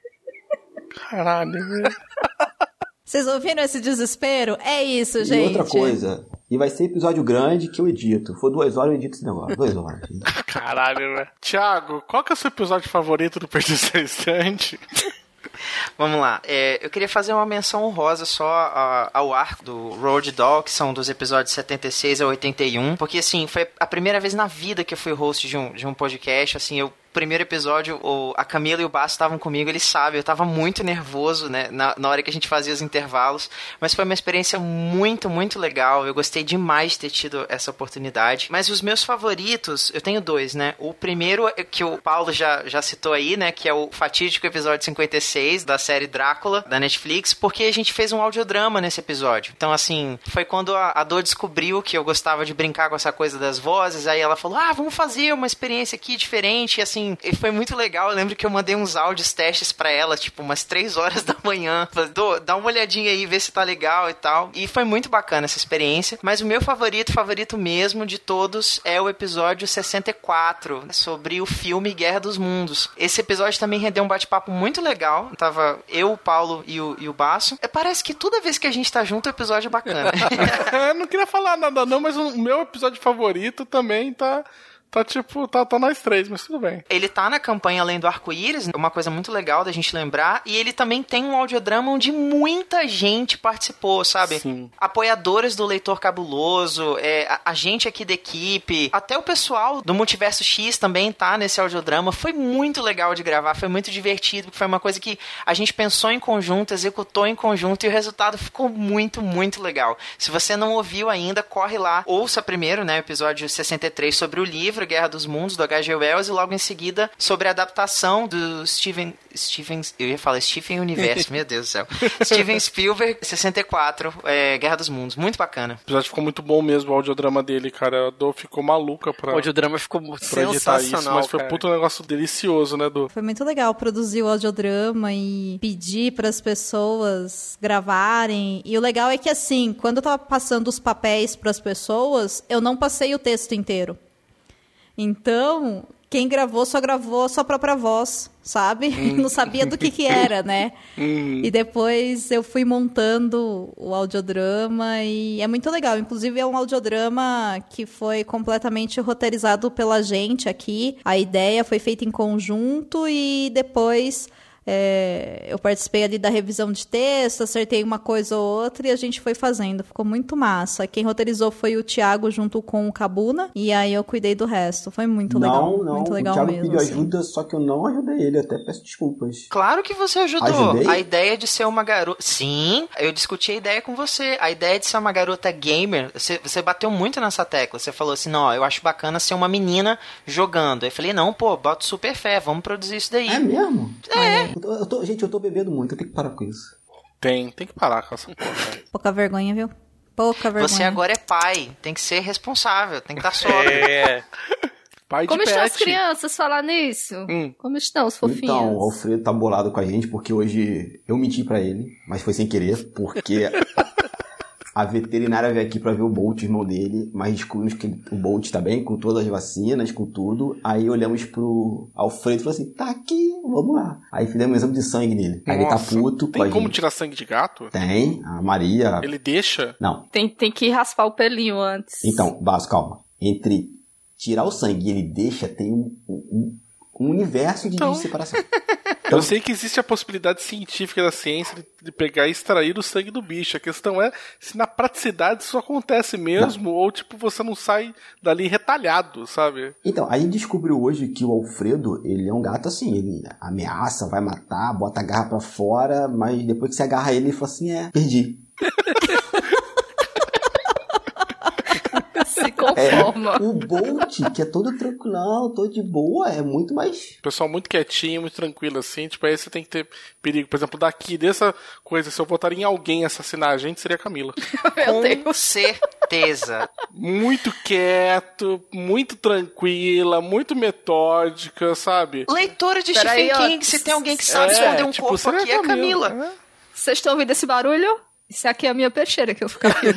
Caralho, velho. Vocês ouviram esse desespero? É isso, E gente. outra coisa, e vai ser episódio grande que eu edito. For 2 horas, eu edito esse negócio. 2 horas. Caralho, velho. Thiago, qual que é o seu episódio favorito do Perdidos na Estante? Vamos lá, eu queria fazer uma menção honrosa só ao arco do Road Dog, que são dos episódios 76 a 81, porque assim, foi a primeira vez na vida que eu fui host de um podcast, assim, primeiro episódio, a Camila e o Basso estavam comigo, eles sabem, eu tava muito nervoso, né, na hora que a gente fazia os intervalos, mas foi uma experiência muito, muito legal, eu gostei demais de ter tido essa oportunidade, mas os meus favoritos, eu tenho 2, né, o primeiro que o Paulo já citou aí, né, que é o fatídico episódio 56 da série Drácula, da Netflix, porque a gente fez um audiodrama nesse episódio, então assim, foi quando a Dor descobriu que eu gostava de brincar com essa coisa das vozes, aí ela falou, vamos fazer uma experiência aqui diferente, e assim, e foi muito legal. Eu lembro que eu mandei uns áudios testes pra ela, tipo, umas 3 horas da manhã. Falei, dá uma olhadinha aí, vê se tá legal e tal. E foi muito bacana essa experiência. Mas o meu favorito mesmo de todos é o episódio 64, sobre o filme Guerra dos Mundos. Esse episódio também rendeu um bate-papo muito legal. Tava eu, o Paulo e o Basso. Parece que toda vez que a gente tá junto, o episódio é bacana. Não queria falar nada não, mas o meu episódio favorito também tá Tá tipo, tá nós três, mas tudo bem. Ele tá na campanha Além do Arco-Íris, uma coisa muito legal da gente lembrar, e ele também tem um audiodrama onde muita gente participou, sabe? Sim. Apoiadores do Leitor Cabuloso, a gente aqui da equipe, até o pessoal do Multiverso X também tá nesse audiodrama. Foi muito legal de gravar, foi muito divertido, porque foi uma coisa que a gente pensou em conjunto, executou em conjunto, e o resultado ficou muito, muito legal. Se você não ouviu ainda, corre lá, ouça primeiro, né, o episódio 63 sobre o livro Guerra dos Mundos, do H.G. Wells, e logo em seguida sobre a adaptação do Steven Universo, meu Deus do céu. Steven Spielberg, 64, Guerra dos Mundos. Muito bacana. O episódio ficou muito bom mesmo, o audiodrama dele, cara. A Dô ficou maluca pra... O audiodrama ficou pra editar isso, mas foi um puto negócio delicioso, né, Dô? Foi muito legal produzir o audiodrama e pedir para as pessoas gravarem. E o legal é que, assim, quando eu tava passando os papéis para as pessoas, eu não passei o texto inteiro. Então, quem gravou só sua própria voz, sabe? Não sabia do que era, né? E depois eu fui montando o audiodrama e é muito legal. Inclusive, é um audiodrama que foi completamente roteirizado pela gente aqui. A ideia foi feita em conjunto e depois... eu participei ali da revisão de texto, acertei uma coisa ou outra e a gente foi fazendo. Ficou muito massa. Quem roteirizou foi o Thiago junto com o Cabuna e aí eu cuidei do resto. Foi muito legal. Muito legal o Thiago mesmo. Pediu assim. ajuda, só que eu não ajudei ele. Até peço desculpas. Claro que você ajudou. Ajudei? A ideia de ser uma garota... Sim, eu discuti a ideia com você. A ideia de ser uma garota gamer, você bateu muito nessa tecla. Você falou assim, não, eu acho bacana ser uma menina jogando. Aí eu falei, não, pô, boto super fé, vamos produzir isso daí. É mesmo? Gente, eu tô bebendo muito, eu tenho que parar com isso. Tem que parar com essa porra. Pouca vergonha, viu? Pouca vergonha. Você agora é pai, tem que ser responsável, tem que estar sóbrio. Pai de Como estão as pet. crianças, falar nisso? Como estão os fofinhos? Então, o Alfredo tá bolado com a gente, porque hoje eu menti pra ele, mas foi sem querer, porque a veterinária veio aqui pra ver o Bolt, irmão dele, mas descobrimos que o Bolt tá bem, com todas as vacinas, com tudo. Aí olhamos pro Alfredo e falou assim, tá aqui, vamos lá. Aí fizemos um exame de sangue nele. Aí ele tá puto com a Tem como gente. tirar sangue de gato? Tem, a Maria... Ele deixa? Não. Tem que raspar o pelinho antes. Então, Basso, calma. Entre tirar o sangue e ele deixa, tem um universo de separação. Eu sei que existe a possibilidade científica da ciência de pegar e extrair o sangue do bicho. A questão é se na praticidade isso acontece mesmo, ou tipo, você não sai dali retalhado, sabe? Então, a gente descobriu hoje que o Alfredo, ele é um gato assim, ele ameaça, vai matar, bota a garra pra fora, mas depois que você agarra ele fala assim, perdi. Se conforma. O Bolt, que é todo tranquilão, todo de boa, é muito mais... Pessoal muito quietinho, muito tranquilo assim, tipo, aí você tem que ter perigo. Por exemplo, daqui dessa coisa, se eu votaria em alguém assassinar a gente, seria a Camila. Com certeza. Muito quieto, muito tranquila, muito metódica, sabe? Leitora de Peraí, Stephen King, se tem alguém que sabe esconder um corpo seria aqui, é a Camila. Vocês estão ouvindo esse barulho? Isso aqui é a minha peixeira que eu fico aqui.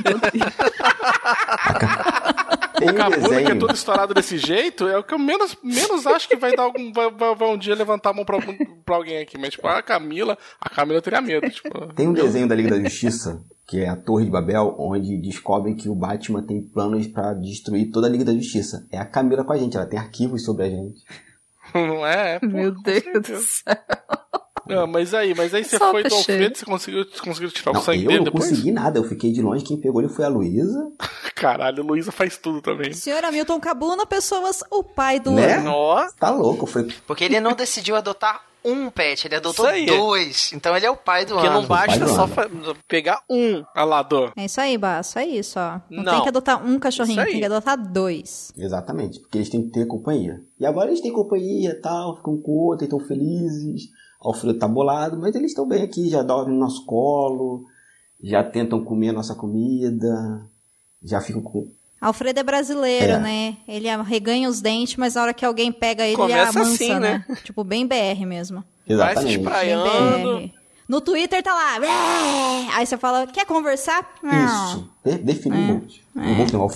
Tem O Cabuna, que é desenho. todo estourado desse jeito, é o que eu menos acho que vai dar vai um dia levantar a mão pra alguém aqui. Mas, tipo, a Camila teria medo. Tipo, Tem um desenho da Liga da Justiça, que é a Torre de Babel, onde descobrem que o Batman tem planos pra destruir toda a Liga da Justiça. É a Camila com a gente, ela tem arquivos sobre a gente. não é? Meu Deus do céu. Não, mas aí você Só foi do peixeiro. Alfredo, você conseguiu tirar o Não, sangue eu dele não depois? consegui nada, eu fiquei de longe, quem pegou ele foi a Luísa. Caralho, Luísa faz tudo também. Senhor Hamilton Cabuna, pessoas, o pai do Né? ano. Nossa. Tá louco, foi... Porque ele não decidiu adotar um pet, ele adotou Isso aí. 2. Então ele é o pai do Porque ano. não basta Pai do só ano. pegar um. Alador. É isso aí, Baço, é isso, ó. Não, Não. tem que adotar um cachorrinho, Isso aí. tem que adotar 2. Exatamente, porque eles têm que ter companhia. E agora eles têm companhia e tal, ficam com o outro, estão felizes. O Alfredo tá bolado, mas eles estão bem aqui, já dormem no nosso colo, já tentam comer a nossa comida, já ficam com... Alfredo é brasileiro, É. né? Ele arreganha os dentes, mas na hora que alguém pega ele, ele Começa amansa, assim, né? Tipo, bem BR mesmo. Vai se Exatamente. espraiando. BR. No Twitter tá lá. "É". Aí você fala, quer conversar? Não. Isso, definiu o Bolt. O Bolt não, o Alfredo.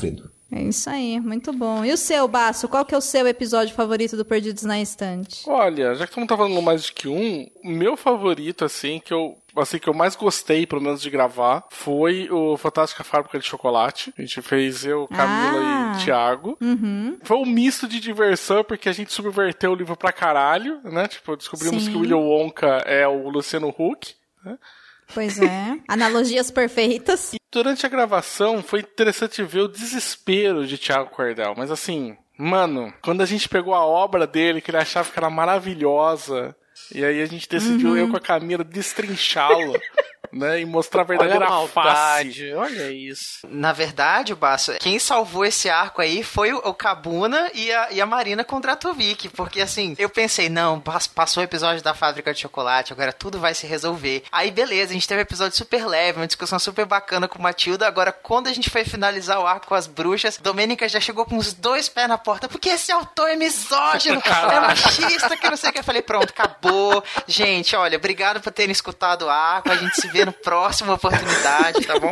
É isso aí, muito bom. E o seu, Basso? Qual que é o seu episódio favorito do Perdidos na Estante? Olha, já que tu não tá falando mais de que um, o meu favorito, que eu mais gostei, pelo menos, de gravar, foi o Fantástica Fábrica de Chocolate. A gente fez Camila e Thiago. Uhum. Foi um misto de diversão, porque a gente subverteu o livro pra caralho, né? Tipo, descobrimos que o William Wonka é o Luciano Huck, né? Pois é. Analogias perfeitas. E durante a gravação foi interessante ver o desespero de Thiago Cordel. Mas assim, mano, quando a gente pegou a obra dele, que ele achava que era maravilhosa, e aí a gente decidiu, eu com a Camila, destrinchá-la. Né, e mostrar a verdadeira face. Olha isso. Na verdade, Basso, quem salvou esse arco aí foi o Cabuna e a Marina Kondratovic, porque assim, eu pensei, não, passou o episódio da fábrica de chocolate, agora tudo vai se resolver. Aí beleza, a gente teve um episódio super leve, uma discussão super bacana com Matilda, agora quando a gente foi finalizar o arco com as bruxas, Domênica já chegou com os 2 pés na porta, porque esse autor é misógino, é machista, que não sei o que. Eu falei, pronto, acabou. Gente, olha, obrigado por terem escutado o arco, a gente se vê no próxima oportunidade, tá bom?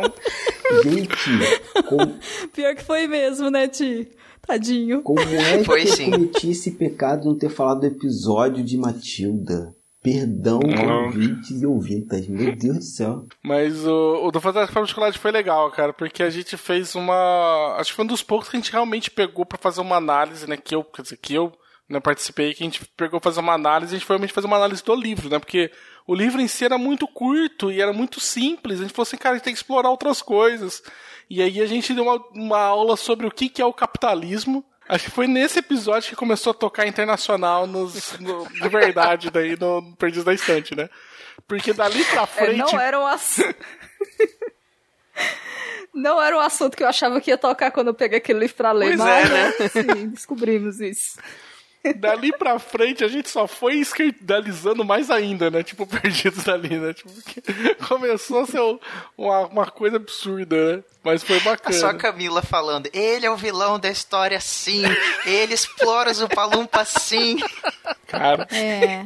Gente, Pior que foi mesmo, né, Ti? Tadinho. Como é que Foi, eu sim. cometi esse pecado de não ter falado do episódio de Matilda? Perdão, ouvintes e ouvintas. Meu Deus do céu. Mas o do Fantástica Fábrica de Chocolate foi legal, cara, porque a gente fez acho que foi um dos poucos que a gente realmente pegou pra fazer uma análise, né, que eu participei, que a gente pegou pra fazer uma análise, a gente foi realmente fazer uma análise do livro, né, porque o livro em si era muito curto e era muito simples. A gente falou assim, cara, a gente tem que explorar outras coisas. E aí a gente deu uma aula sobre o que é o capitalismo. Acho que foi nesse episódio que começou a tocar internacional de verdade, daí no Perdidos na Estante, né? Porque dali pra frente... Não era um assunto... Não era um assunto que eu achava que ia tocar quando eu peguei aquele livro pra ler. Pois mas, né? Sim, descobrimos isso. Dali pra frente a gente só foi esquerdalizando mais ainda, né? Tipo, Perdidos dali, né? Tipo, começou a ser uma coisa absurda, né? Mas foi bacana. Só a Camila falando, ele é o vilão da história sim, ele explora os Upa-Lumpa sim. Cara. É.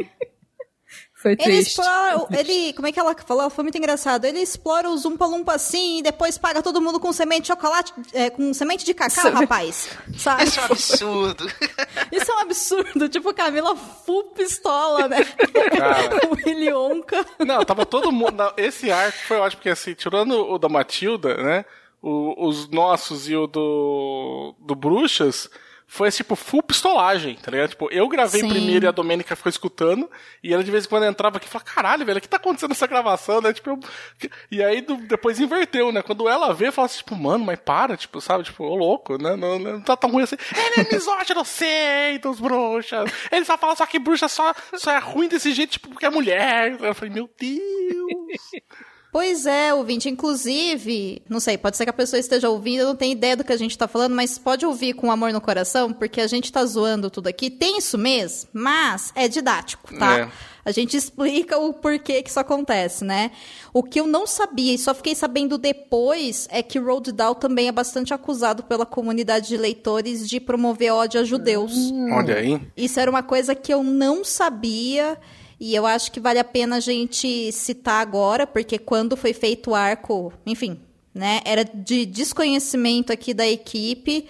Foi Ele triste. explora. Como é que ela falou? Foi muito engraçado. Ele explora os Umpa-Lumpa assim e depois paga todo mundo com semente de chocolate, com semente de cacau, rapaz. Sabe? Isso é um absurdo. Isso é um absurdo. Tipo, Camila full pistola, né? Cara. O Willy Wonka. Não, tava todo mundo. Esse arco foi ótimo, porque assim, tirando o da Matilda, né? Os nossos e o do Bruxas. Foi, tipo, full pistolagem, tá ligado? Tipo, eu gravei primeiro e a Domênica ficou escutando, e ela de vez em quando entrava aqui e falava, caralho, velho, o que tá acontecendo nessa gravação, né? Tipo, e aí depois inverteu, né? Quando ela vê, fala assim, tipo, mano, mas para, tipo, sabe? Tipo, ô louco, né? Não tá tão ruim assim. Ele é misógino, sei, dos bruxas. Ele só fala só que bruxa só é ruim desse jeito, tipo, porque é mulher. Eu falei, meu Deus... Pois é, ouvinte. Inclusive, não sei, pode ser que a pessoa esteja ouvindo, eu não tenho ideia do que a gente tá falando, mas pode ouvir com amor no coração, porque a gente tá zoando tudo aqui. Tem isso mesmo, mas é didático, tá? É. A gente explica o porquê que isso acontece, né? O que eu não sabia e só fiquei sabendo depois é que Roald Dahl também é bastante acusado pela comunidade de leitores de promover ódio a judeus. Olha aí. Isso era uma coisa que eu não sabia. E eu acho que vale a pena a gente citar agora, porque quando foi feito o arco, enfim, né, era de desconhecimento aqui da equipe.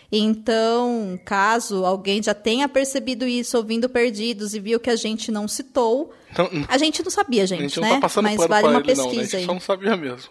Então, caso alguém já tenha percebido isso ouvindo Perdidos e viu que a gente não citou, Então, a gente não sabia, gente, a gente né? não tá passando Mas pano vale pra uma ele, pesquisa não, né? A gente aí. só não sabia mesmo.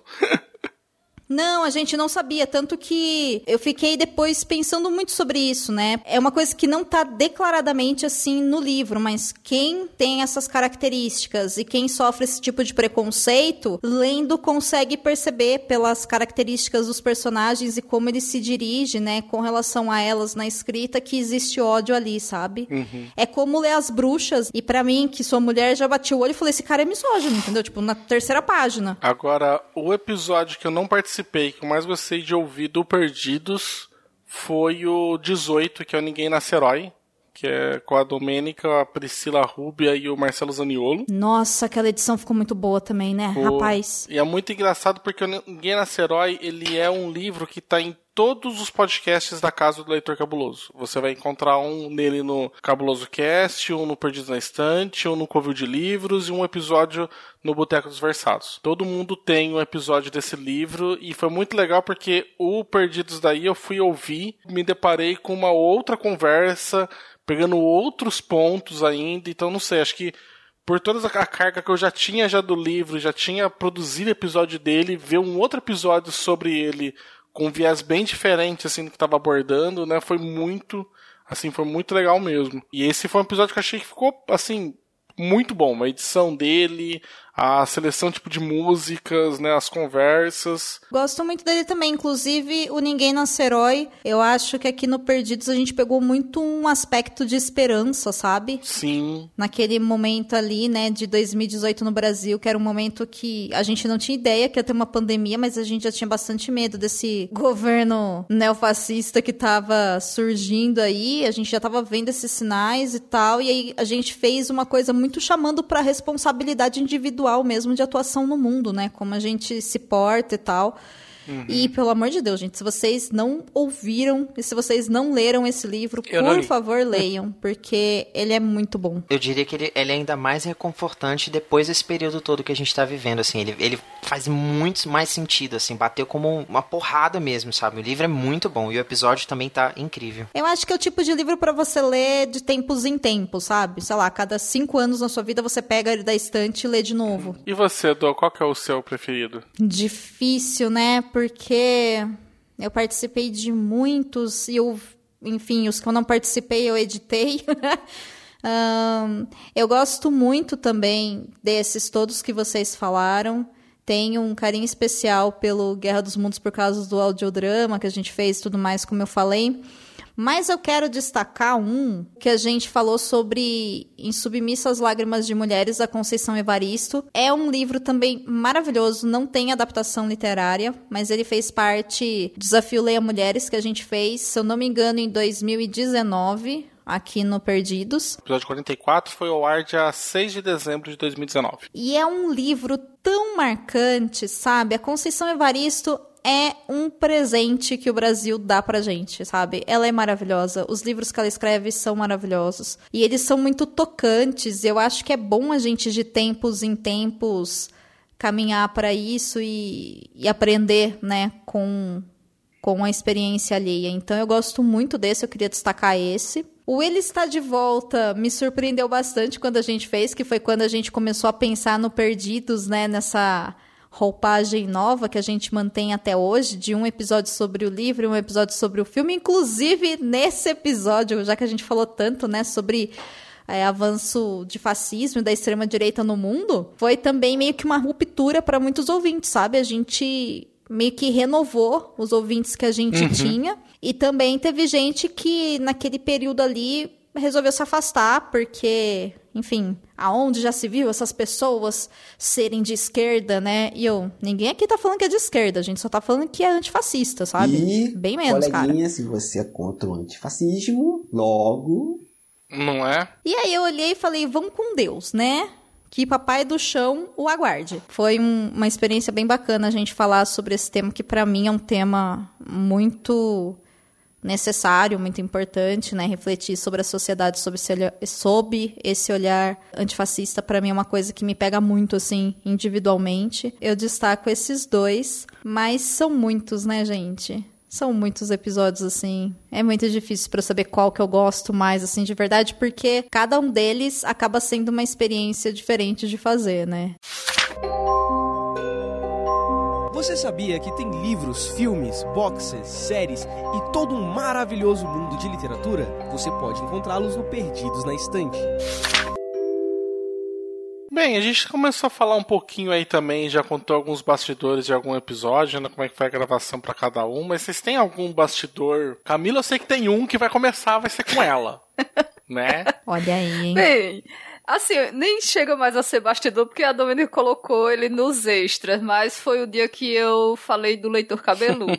Não, a gente não sabia, tanto que eu fiquei depois pensando muito sobre isso, né? É uma coisa que não tá declaradamente assim no livro, mas quem tem essas características e quem sofre esse tipo de preconceito, lendo consegue perceber pelas características dos personagens e como ele se dirige, né, com relação a elas na escrita, que existe ódio ali, sabe? Uhum. É como ler As Bruxas, e pra mim, que sou mulher, já bati o olho e falei, esse cara é misógino, entendeu? Tipo, na terceira página. Agora, o episódio que eu não participei, que eu mais gostei de ouvir do Perdidos, foi o 18, que é o Ninguém Nasce Herói, que é com a Domênica, a Priscila Rubia e o Marcelo Zaniolo. Nossa, aquela edição ficou muito boa também, né, rapaz? E é muito engraçado porque o Ninguém Nasce Herói, ele é um livro que tá em todos os podcasts da Casa do Leitor Cabuloso. Você vai encontrar um nele no Cabuloso Cast, um no Perdidos na Estante, um no Covil de Livros e um episódio no Boteco dos Versados. Todo mundo tem um episódio desse livro e foi muito legal porque o Perdidos daí eu fui ouvir, me deparei com uma outra conversa, pegando outros pontos ainda, então não sei, acho que por toda a carga que eu já tinha do livro, já tinha produzido episódio dele, ver um outro episódio sobre ele com um viés bem diferente assim do que estava abordando, né, foi muito legal mesmo. E esse foi um episódio que eu achei que ficou assim muito bom, a edição dele, a seleção tipo de músicas, né, as conversas. Gosto muito dele também, inclusive o Ninguém Nasce Herói, eu acho que aqui no Perdidos a gente pegou muito um aspecto de esperança, sabe? Sim. Naquele momento ali, né, de 2018 no Brasil, que era um momento que a gente não tinha ideia que ia ter uma pandemia, mas a gente já tinha bastante medo desse governo neofascista que tava surgindo aí, a gente já tava vendo esses sinais e tal, e aí a gente fez uma coisa muito chamando pra responsabilidade individual mesmo de atuação no mundo, né? Como a gente se porta e tal. E, pelo amor de Deus, gente, se vocês não ouviram e se vocês não leram esse livro, por favor, leiam, porque ele é muito bom. Eu diria que ele é ainda mais reconfortante depois desse período todo que a gente tá vivendo, assim, ele faz muito mais sentido, assim, bateu como uma porrada mesmo, sabe? O livro é muito bom e o episódio também tá incrível. Eu acho que é o tipo de livro pra você ler de tempos em tempos, sabe? Sei lá, cada 5 anos na sua vida você pega ele da estante e lê de novo. E você, Dô, qual que é o seu preferido? Difícil, né? Porque eu participei de muitos e enfim, os que eu não participei eu editei. Eu gosto muito também desses todos que vocês falaram. Tenho um carinho especial pelo Guerra dos Mundos por causa do audiodrama que a gente fez e tudo mais, como eu falei. Mas eu quero destacar um que a gente falou sobre Em Submissa às Lágrimas de Mulheres, da Conceição Evaristo. É um livro também maravilhoso, não tem adaptação literária, mas ele fez parte do Desafio Leia Mulheres que a gente fez, se eu não me engano, em 2019, aqui no Perdidos. O episódio 44 foi ao ar dia 6 de dezembro de 2019. E é um livro tão marcante, sabe? A Conceição Evaristo é um presente que o Brasil dá pra gente, sabe? Ela é maravilhosa, os livros que ela escreve são maravilhosos. E eles são muito tocantes, eu acho que é bom a gente, de tempos em tempos, caminhar pra isso e aprender, né, com a experiência alheia. Então eu gosto muito desse, eu queria destacar esse. O Ele Está de Volta me surpreendeu bastante quando a gente fez, que foi quando a gente começou a pensar no Perdidos, né, nessa roupagem nova que a gente mantém até hoje, de um episódio sobre o livro e um episódio sobre o filme. Inclusive, nesse episódio, já que a gente falou tanto, né, sobre avanço de fascismo e da extrema-direita no mundo, foi também meio que uma ruptura para muitos ouvintes, sabe? A gente meio que renovou os ouvintes que a gente tinha, e também teve gente que naquele período ali resolveu se afastar, porque, enfim, aonde já se viu essas pessoas serem de esquerda, né? E ninguém aqui tá falando que é de esquerda, a gente só tá falando que é antifascista, sabe? E, bem menos, coleguinha, cara. Se você é contra o antifascismo, logo... Não é? E aí eu olhei e falei, vamos com Deus, né? Que Papai do Chão o aguarde. Foi uma experiência bem bacana a gente falar sobre esse tema, que pra mim é um tema muito necessário, muito importante, né? Refletir sobre a sociedade, sob esse olhar antifascista, pra mim é uma coisa que me pega muito, assim, individualmente. Eu destaco esses dois, mas são muitos, né, gente? São muitos episódios, assim. É muito difícil pra eu saber qual que eu gosto mais, assim, de verdade, porque cada um deles acaba sendo uma experiência diferente de fazer, né? Você sabia que tem livros, filmes, boxes, séries e todo um maravilhoso mundo de literatura? Você pode encontrá-los no Perdidos na Estante. Bem, a gente começou a falar um pouquinho aí também, já contou alguns bastidores de algum episódio, né, como é que foi a gravação pra cada um, mas vocês têm algum bastidor? Camila, eu sei que tem um que vai começar, vai ser com ela, né? Olha aí, hein? Bem, Assim, nem chega mais a ser bastidor, porque a Domênica colocou ele nos extras, mas foi o dia que eu falei do Leitor Cabeludo.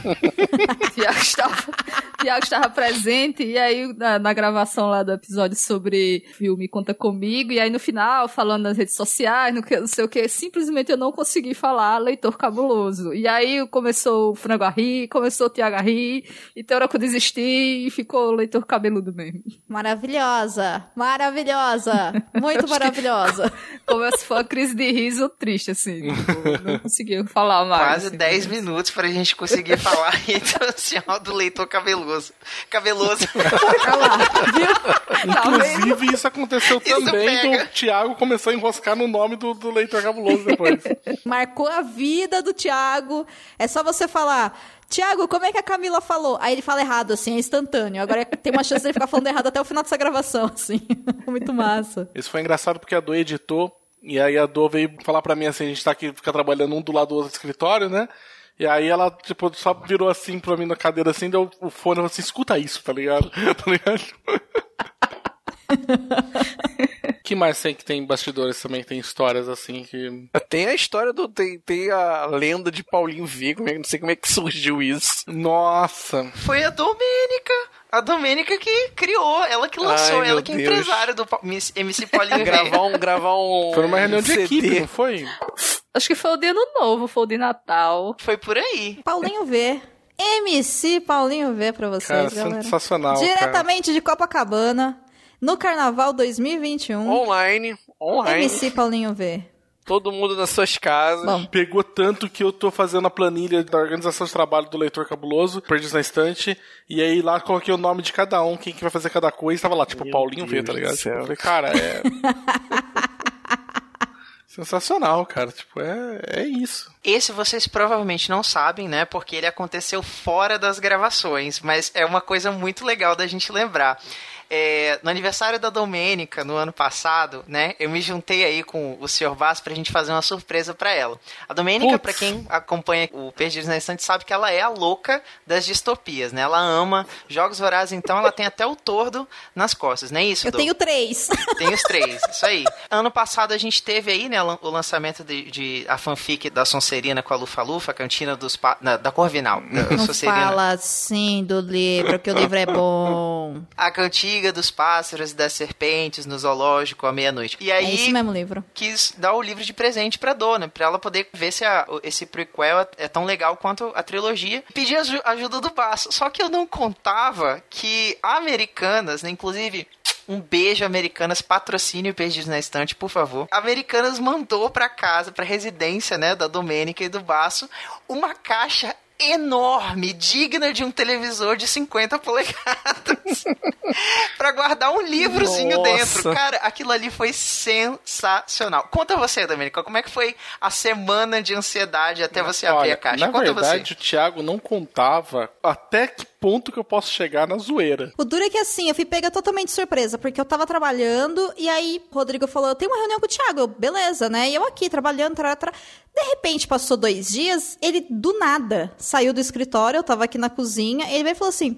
Tiago estava presente, e aí na gravação lá do episódio sobre filme Conta Comigo, e aí no final, falando nas redes sociais, não sei o que, simplesmente eu não consegui falar Leitor Cabuloso. E aí começou o Frango a rir, começou o Tiago a rir, e tem hora que eu desisti e ficou o Leitor Cabeludo mesmo. Maravilhosa, muito maravilhosa. Como se fosse uma crise de riso triste, assim. Não conseguiu falar mais. Quase assim, 10 minutos pra gente conseguir falar a rede social do Leitor Cabeloso. Olha lá, viu? Inclusive, isso aconteceu também do Thiago começou a enroscar no nome do Leitor Cabuloso depois. Marcou a vida do Thiago. É só você falar... Tiago, como é que a Camila falou? Aí ele fala errado, assim, é instantâneo. Agora tem uma chance de ele ficar falando errado até o final dessa gravação, assim. Muito massa. Isso foi engraçado porque a Dô editou, e aí a Dô veio falar pra mim assim, a gente tá aqui, fica trabalhando um do lado do outro do escritório, né? E aí ela, tipo, só virou assim pra mim na cadeira, assim, deu o fone e falou assim, escuta isso, tá ligado? Tá ligado? Que mais tem que tem bastidores também, tem histórias assim que... Tem a história tem a lenda de Paulinho Vigo, não sei como é que surgiu isso. Nossa. Foi a Domênica. A Domênica que criou, ela que lançou, Ai, ela que é empresária do MC Paulinho Vigo. gravar um Foi numa reunião de CD. equipe, não foi? Acho que foi o de Ano Novo, foi o de Natal. Foi por aí. Paulinho V. MC Paulinho V pra vocês, Cara, galera. sensacional, Diretamente de Copacabana, no Carnaval 2021. Online. MC Paulinho V. Todo mundo nas suas casas. Bom. Pegou tanto que eu tô fazendo a planilha da organização de trabalho do Leitor Cabuloso, Perdidos na Estante, e aí lá coloquei o nome de cada um, quem que vai fazer cada coisa, tava lá, tipo, Paulinho V, tá ligado? Tipo, eu falei, cara, é... sensacional, cara, tipo, é isso. Esse vocês provavelmente não sabem, né, porque ele aconteceu fora das gravações, mas é uma coisa muito legal da gente lembrar. No aniversário da Domênica, no ano passado, né, eu me juntei aí com o Sr. Bass pra gente fazer uma surpresa pra ela. A Domênica, pra quem acompanha o Perdidos na Estante, sabe que ela é a louca das distopias, né? Ela ama Jogos Vorazes, então ela tem até o tordo nas costas, não é isso, Eu Dô? tenho 3. Tem os 3, isso aí. Ano passado a gente teve aí, né, o lançamento de a fanfic da Sonserina com a Lufa-Lufa, a Cantina da Corvinal. Da Não Sonserina. fala assim do livro, que o livro é bom. A Cantiga dos Pássaros e das Serpentes no zoológico à meia-noite. E aí, É esse mesmo livro. quis dar o livro de presente pra Dona, pra ela poder ver se esse prequel é tão legal quanto a trilogia. Pedi ajuda do Baço, só que eu não contava que a Americanas, né, inclusive... Um beijo, Americanas, patrocínio Perdidos na Estante, por favor. A Americanas mandou pra casa, pra residência, né, da Domênica e do Baço, uma caixa enorme, digna de um televisor de 50 polegadas pra guardar um livrozinho dentro. Cara, aquilo ali foi sensacional. Conta você, Domênica, como é que foi a semana de ansiedade até você abrir a caixa? Na Conta verdade, você. o Thiago não contava até que ponto que eu posso chegar na zoeira. O duro é que assim, eu fui pega totalmente de surpresa, porque eu tava trabalhando e aí o Rodrigo falou, eu tenho uma reunião com o Thiago. Eu, beleza, né? E eu aqui trabalhando, De repente, passou 2 dias, ele do nada saiu do escritório, eu tava aqui na cozinha, ele veio e falou assim,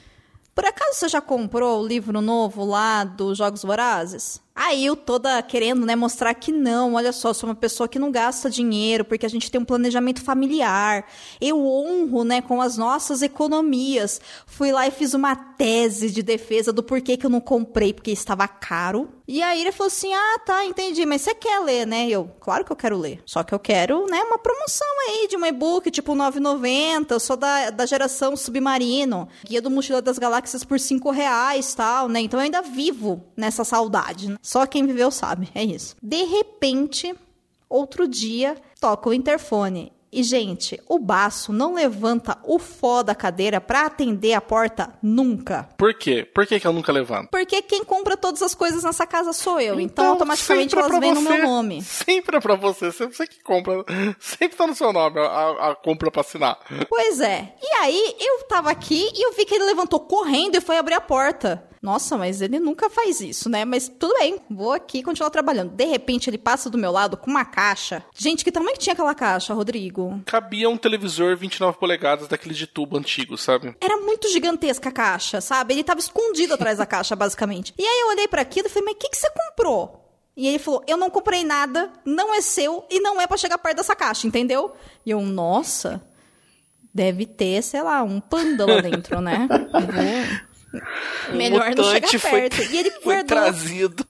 por acaso você já comprou o livro novo lá dos Jogos Vorazes? Aí eu toda querendo, né, mostrar que não, olha só, sou uma pessoa que não gasta dinheiro, porque a gente tem um planejamento familiar. Eu honro, né, com as nossas economias. Fui lá e fiz uma tese de defesa do porquê que eu não comprei, porque estava caro. E aí ele falou assim, tá, entendi, mas você quer ler, né? Eu, claro que eu quero ler, só que eu quero, né, uma promoção aí de um e-book, tipo R$9,90, eu sou da geração Submarino, Guia do Mochileiro das Galáxias por R$5 tal, né? Então eu ainda vivo nessa saudade, né? Só quem viveu sabe, é isso. De repente, outro dia, toca o interfone. E, gente, o Baço não levanta o fó da cadeira pra atender a porta nunca. Por quê? Por que eu nunca levanto? Porque quem compra todas as coisas nessa casa sou eu. Então automaticamente sempre elas é pra vêm no você. meu nome. Sempre é pra você. Você que compra. Sempre tá no seu nome a compra pra assinar. Pois é. E aí, eu tava aqui e eu vi que ele levantou correndo e foi abrir a porta. Nossa, mas ele nunca faz isso, né? Mas tudo bem, vou aqui continuar trabalhando. De repente, ele passa do meu lado com uma caixa. Gente, que tamanho que tinha aquela caixa, Rodrigo? Cabia um televisor 29 polegadas daquele de tubo antigo, sabe? Era muito gigantesca a caixa, sabe? Ele tava escondido atrás da caixa, basicamente. E aí eu olhei pra aquilo e falei, mas o que você comprou? E ele falou, eu não comprei nada, não é seu e não é pra chegar perto dessa caixa, entendeu? E eu, nossa, deve ter, sei lá, um panda lá dentro, né? Melhor não chegar perto. E ele foi guardou... trazido.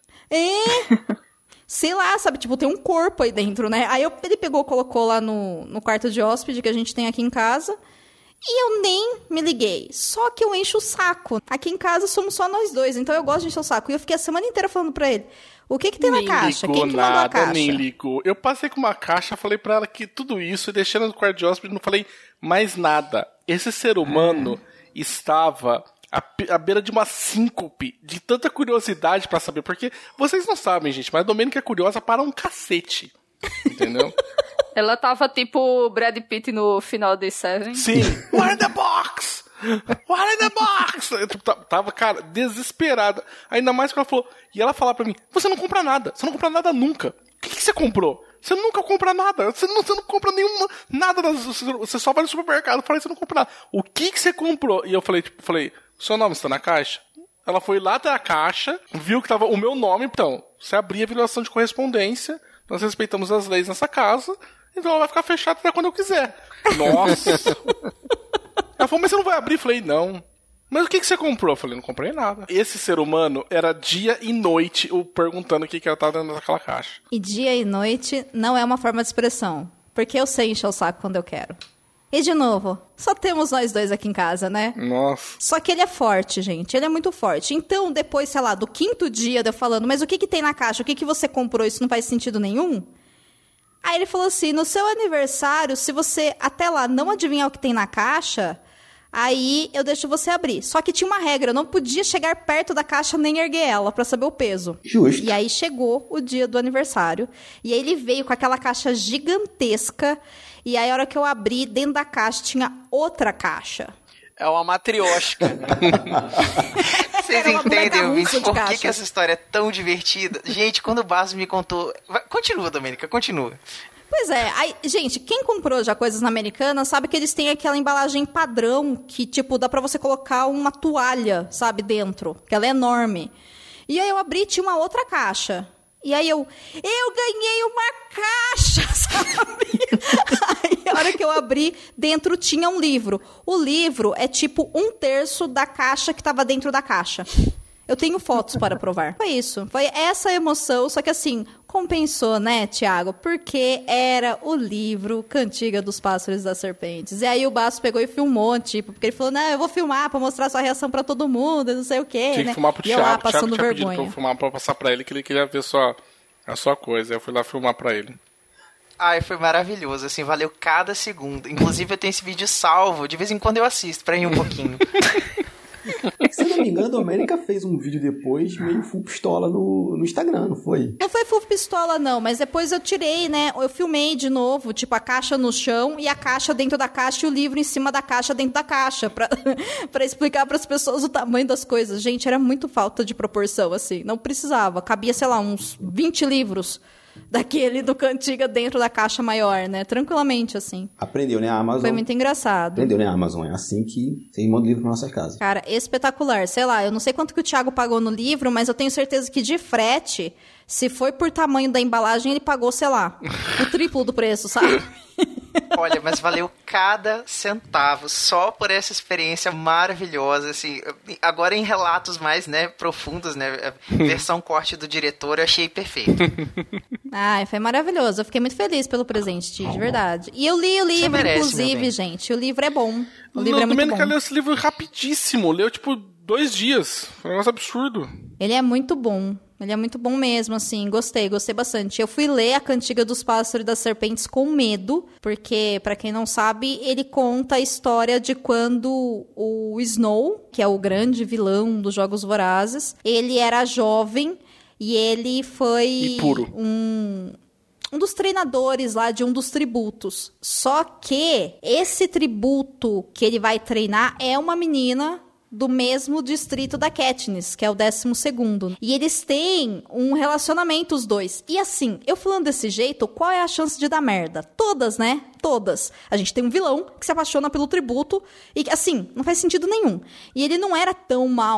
Sei lá, sabe, tipo, tem um corpo aí dentro, né? Aí ele pegou, colocou lá no quarto de hóspede que a gente tem aqui em casa. E eu nem me liguei. Só que eu encho o saco. Aqui em casa somos só nós dois, então eu gosto de encher o saco. E eu fiquei a semana inteira falando pra ele, o que tem na caixa? Quem que mandou a caixa? Nem ligou. Eu passei com uma caixa, falei pra ela que tudo isso, e deixei ela no quarto de hóspede, não falei mais nada. Esse ser humano estava à beira de uma síncope, de tanta curiosidade pra saber. Porque vocês não sabem, gente, mas a Domênica é curiosa para um cacete. Entendeu? Ela tava tipo Brad Pitt no final de Seven. Sim. What in the box? What in the box? Eu tava, cara, desesperada. Ainda mais que ela falou... E ela falava pra mim, você não compra nada. Você não compra nada nunca. O que você comprou? Você nunca compra nada. Você não compra nenhuma... Nada. Você só vai no supermercado e fala, você não compra nada. O que você comprou? E eu falei, seu nome está na caixa? Ela foi lá até a caixa, viu que tava o meu nome. Então, você abria a violação de correspondência. Nós respeitamos as leis nessa casa... Então ela vai ficar fechada até quando eu quiser. Nossa! Ela falou, mas você não vai abrir? Eu falei, não. Mas o que você comprou? Eu falei, não comprei nada. Esse ser humano era dia e noite perguntando o que ela tava dentro daquela caixa. E dia e noite não é uma forma de expressão. Porque eu sei encher o saco quando eu quero. E de novo, só temos nós dois aqui em casa, né? Nossa. Só que ele é forte, gente. Ele é muito forte. Então, depois, sei lá, do 5º dia de eu falando, mas o que tem na caixa? O que você comprou? Isso não faz sentido nenhum? Aí ele falou assim, no seu aniversário, se você até lá não adivinhar o que tem na caixa, aí eu deixo você abrir. Só que tinha uma regra, eu não podia chegar perto da caixa nem erguer ela pra saber o peso. Justo. E aí chegou o dia do aniversário, e aí ele veio com aquela caixa gigantesca, e aí a hora que eu abri, dentro da caixa tinha outra caixa. É uma matriosca. Vocês entendem, ouvintes, por que essa história é tão divertida? Gente, quando o Basso me contou... Continua, Domênica, continua. Pois é, aí, gente, quem comprou já coisas na Americana sabe que eles têm aquela embalagem padrão que, tipo, dá pra você colocar uma toalha, sabe, dentro, que ela é enorme. E aí eu abri e tinha uma outra caixa. E aí eu ganhei uma caixa, sabe? Aí a hora que eu abri, dentro tinha um livro. O livro é tipo 1/3 da caixa que tava dentro da caixa. Eu tenho fotos para provar. Foi isso. Foi essa emoção, só que assim, compensou, né, Thiago? Porque era o livro Cantiga dos Pássaros e das Serpentes. E aí o Basso pegou e filmou, tipo, porque ele falou, não, eu vou filmar pra mostrar sua reação pra todo mundo, não sei o quê, Tinha né? que filmar pro e eu Thiago. lá, passando O Thiago tinha vergonha. pedido pra eu filmar pra passar pra ele, que ele queria ver a sua coisa. Eu fui lá filmar pra ele. Ai, foi maravilhoso, assim, valeu cada segundo. Inclusive eu tenho esse vídeo salvo, de vez em quando eu assisto, pra rir um pouquinho. Se eu não me engano, a Domênica fez um vídeo depois, meio full pistola no Instagram, não foi? Não foi full pistola, não, mas depois eu tirei, né? Eu filmei de novo, tipo, a caixa no chão e a caixa dentro da caixa e o livro em cima da caixa dentro da caixa, pra explicar pras pessoas o tamanho das coisas. Gente, era muito falta de proporção, assim. Não precisava. Cabia, sei lá, uns 20 livros daquele do Cantiga dentro da caixa maior, né? Tranquilamente, assim. Aprendeu, né, a Amazon? Foi muito engraçado. Aprendeu, né, a Amazon? É assim que você manda livro para nossas casas. Cara, espetacular. Sei lá, eu não sei quanto que o Thiago pagou no livro, mas eu tenho certeza que de frete, se foi por tamanho da embalagem, ele pagou, sei lá, o triplo do preço, sabe? Olha, mas valeu cada centavo só por essa experiência maravilhosa, assim. Agora em relatos mais, né, profundos, né, versão corte do diretor, eu achei perfeito. Ai, foi maravilhoso. Eu fiquei muito feliz pelo presente, de verdade. E eu li o livro, merece, inclusive, gente. O livro é bom. O livro é muito Domênica bom. leu esse livro rapidíssimo. Leu, tipo, 2 dias. Foi um negócio absurdo. Ele é muito bom. Ele é muito bom mesmo, assim. Gostei bastante. Eu fui ler A Cantiga dos Pássaros e das Serpentes com medo, porque, pra quem não sabe, ele conta a história de quando o Snow, que é o grande vilão dos Jogos Vorazes, ele era jovem e ele foi um dos treinadores lá de um dos tributos. Só que esse tributo que ele vai treinar é uma menina do mesmo distrito da Katniss, que é o 12º. E eles têm um relacionamento, os dois. E assim, eu falando desse jeito, qual é a chance de dar merda? Todas, né? Todas. A gente tem um vilão que se apaixona pelo tributo e, assim, não faz sentido nenhum. E ele não era tão mal,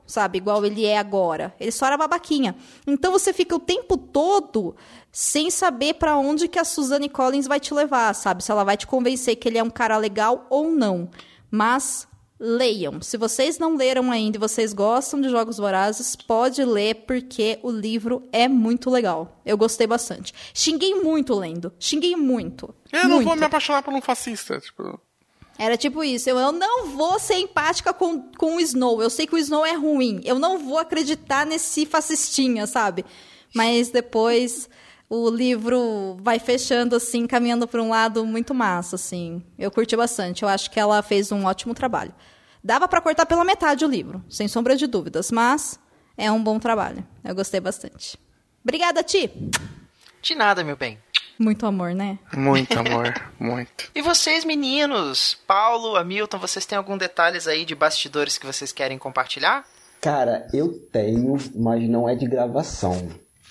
sabe? Igual ele é agora. Ele só era babaquinha. Então você fica o tempo todo sem saber pra onde que a Suzanne Collins vai te levar, sabe? Se ela vai te convencer que ele é um cara legal ou não. Mas leiam. Se vocês não leram ainda e vocês gostam de Jogos Vorazes, pode ler, porque o livro é muito legal. Eu gostei bastante. Xinguei muito lendo. Xinguei muito. Eu não vou me apaixonar por um fascista, tipo... Era tipo isso, eu não vou ser empática com o Snow, eu sei que o Snow é ruim, eu não vou acreditar nesse fascistinha, sabe? Mas depois o livro vai fechando, assim, caminhando para um lado muito massa, assim. Eu curti bastante, eu acho que ela fez um ótimo trabalho. Dava para cortar pela metade o livro, sem sombra de dúvidas, mas é um bom trabalho, eu gostei bastante. Obrigada, Ti! De nada, meu bem. Muito amor, né? Muito amor, muito. E vocês, meninos? Paulo, Hamilton, vocês têm algum detalhes aí de bastidores que vocês querem compartilhar? Cara, eu tenho, mas não é de gravação.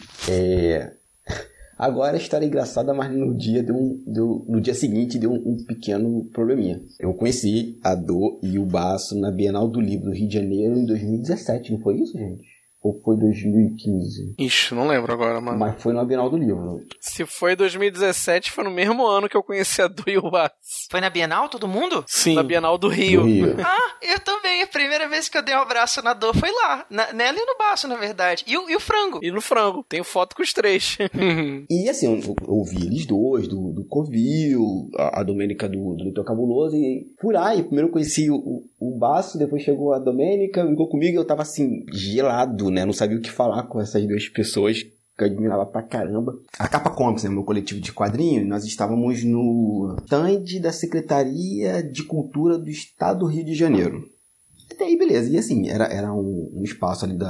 Agora a história é engraçada, mas no dia seguinte deu um pequeno probleminha. Eu conheci a Dô e o Baço na Bienal do Livro do Rio de Janeiro em 2017, não foi isso, gente? Ou foi 2015? Ixi, não lembro agora, mano. Mas foi na Bienal do Livro. Se foi 2017, foi no mesmo ano que eu conheci a Du e o Bass. Foi na Bienal, todo mundo? Sim. Na Bienal do Rio. Ah, eu também. A primeira vez que eu dei um abraço na Dor foi lá. Nela e no Baço, na verdade. E o frango. E no frango. Tenho foto com os três. E assim, eu ouvi eles dois, do Covil, a Domênica do Leitor Cabuloso, e por aí. Primeiro eu conheci o Baço, depois chegou a Domênica, ficou comigo e eu tava assim, gelado, né? Não sabia o que falar com essas duas pessoas que eu admirava pra caramba. A Capa Comics, né? Meu coletivo de quadrinhos, nós estávamos no stand da Secretaria de Cultura do Estado do Rio de Janeiro. E aí, beleza. E assim, era um espaço ali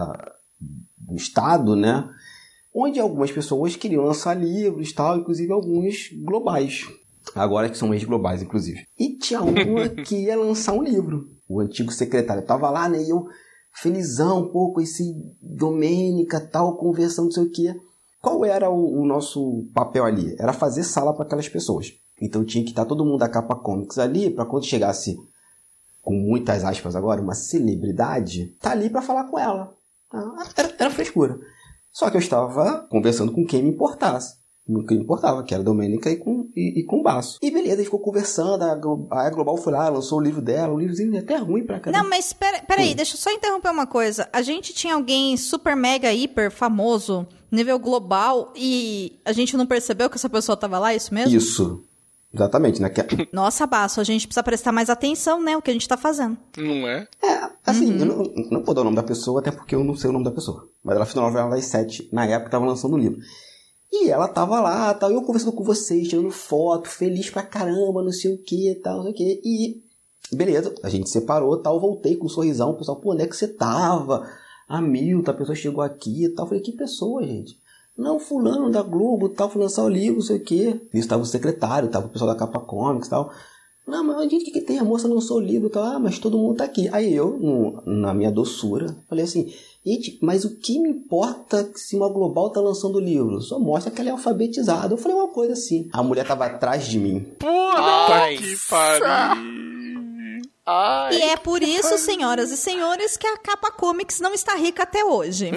do Estado, né? Onde algumas pessoas queriam lançar livros e tal, inclusive alguns globais. Agora que são ex-globais, inclusive. E tinha uma que ia lançar um livro. O antigo secretário tava lá, né? E eu felizão, pô, com esse Domênica, tal, conversando, não sei o quê. Qual era o nosso papel ali? Era fazer sala para aquelas pessoas. Então tinha que estar todo mundo da Capa Comics ali, para quando chegasse, com muitas aspas agora, uma celebridade, tá ali para falar com ela. Era frescura. Só que eu estava conversando com quem me importasse. No que importava, que era a Domênica e com o Baço. E beleza, a gente ficou conversando, a Global foi lá, lançou o livro dela, o livrozinho é até ruim pra caramba. Não, mas peraí, deixa eu só interromper uma coisa. A gente tinha alguém super, mega, hiper famoso, nível global, e a gente não percebeu que essa pessoa tava lá, é isso mesmo? Isso, exatamente. Nossa, Baço, a gente precisa prestar mais atenção, né, o que a gente tá fazendo. Não é? Assim, eu não vou dar o nome da pessoa, até porque eu não sei o nome da pessoa. Mas ela fez uma novela das 7, na época tava lançando o livro. E ela tava lá, tal, eu conversando com vocês, tirando foto, feliz pra caramba, não sei o que, tal, não sei o que. E, beleza, a gente separou, tal, voltei com um sorrisão, o pessoal, pô, onde é que você tava? A Milton, a pessoa chegou aqui e tal. Eu falei, que pessoa, gente? Não, fulano da Globo, tal, foi lançar o livro, não sei o que. Isso tava o secretário, tava o pessoal da Capa Comics e tal. Não, mas gente, o que tem? A moça lançou o livro e tal. Ah, mas todo mundo tá aqui. Aí eu, na minha doçura, falei assim, gente, mas o que me importa se uma Global tá lançando o livro? Só mostra que ela é alfabetizada. Eu falei uma coisa assim. A mulher tava atrás de mim. Puta que pariu. Ai, e é por isso, senhoras e senhores, que a Capa Comics não está rica até hoje.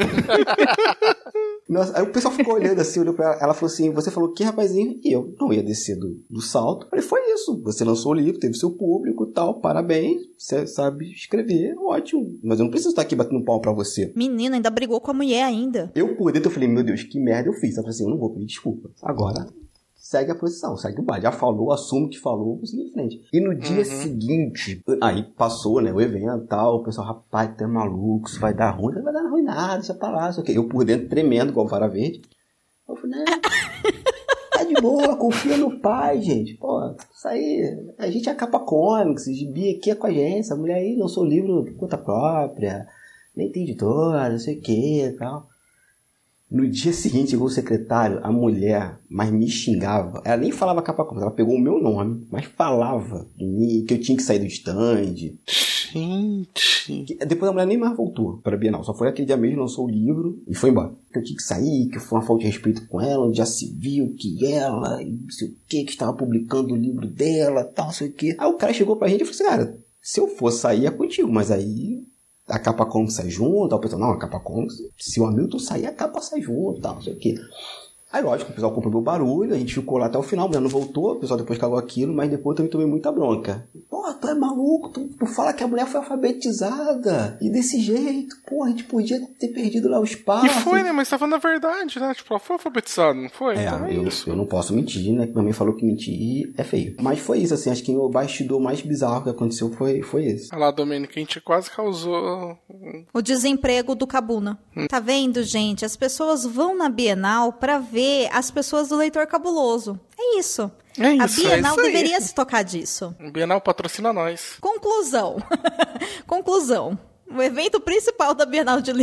Nossa, aí o pessoal ficou olhando assim, olhou pra ela, ela falou assim, você falou que rapazinho? E eu não ia descer do salto. Eu falei, foi isso, você lançou o livro, teve seu público e tal, parabéns, você sabe escrever, ótimo. Mas eu não preciso estar aqui batendo pau pra você. Menina, ainda brigou com a mulher ainda. Eu por dentro, eu falei, meu Deus, que merda eu fiz. Eu falei assim, eu não vou pedir desculpa. Agora, segue a posição, segue o baile. Já falou, assume que falou, vou seguir em frente. E no dia seguinte, aí passou, né, o evento e tal, o pessoal, rapaz, tá maluco, isso vai dar ruim. Não vai dar ruim nada, deixa pra lá, isso aqui. Eu por dentro tremendo, igual vara verde. Eu falei, né, tá de boa, confia no pai, gente. Pô, isso aí, a gente é Capa Comics, Gibi aqui é com a agência, a mulher aí lançou o livro por conta própria, nem tem editora, não sei o que e tal. No dia seguinte, chegou o secretário, a mulher, mas me xingava. Ela nem falava Capa Comics, ela pegou o meu nome, mas falava de mim, que eu tinha que sair do stand. Gente. Depois a mulher nem mais voltou para a Bienal, só foi aquele dia mesmo, lançou o livro e foi embora. Que eu tinha que sair, que foi uma falta de respeito com ela, onde já se viu que ela, não sei o que estava publicando o livro dela, tal, não sei o que. Aí o cara chegou pra gente e falou assim, cara, se eu for sair é contigo, mas aí a Capcom sai junto, aí o pessoal, não, a Capcom, se o Hamilton sair, a Capcom sai junto, tal, não sei o quê. Aí, lógico, o pessoal comprou o barulho, a gente ficou lá até o final, o não voltou, o pessoal depois cagou aquilo, mas depois eu também tomei muita bronca. Pô, tu é maluco, tu fala que a mulher foi alfabetizada, e desse jeito, pô, a gente podia ter perdido lá o espaço. E foi, né, mas tá falando a verdade, né, tipo, ela foi alfabetizada, não foi? Então Eu não posso mentir, né, que minha mãe falou que mentir é feio. Mas foi isso, assim, acho que o bastidor mais bizarro que aconteceu foi esse. Olha lá, Domênica, a gente quase causou... O desemprego do Cabuna. Tá vendo, gente? As pessoas vão na Bienal pra ver as pessoas do Leitor Cabuloso. É isso. A Bienal deveria se tocar disso. A Bienal patrocina nós. Conclusão. Conclusão. O evento principal da Bienal de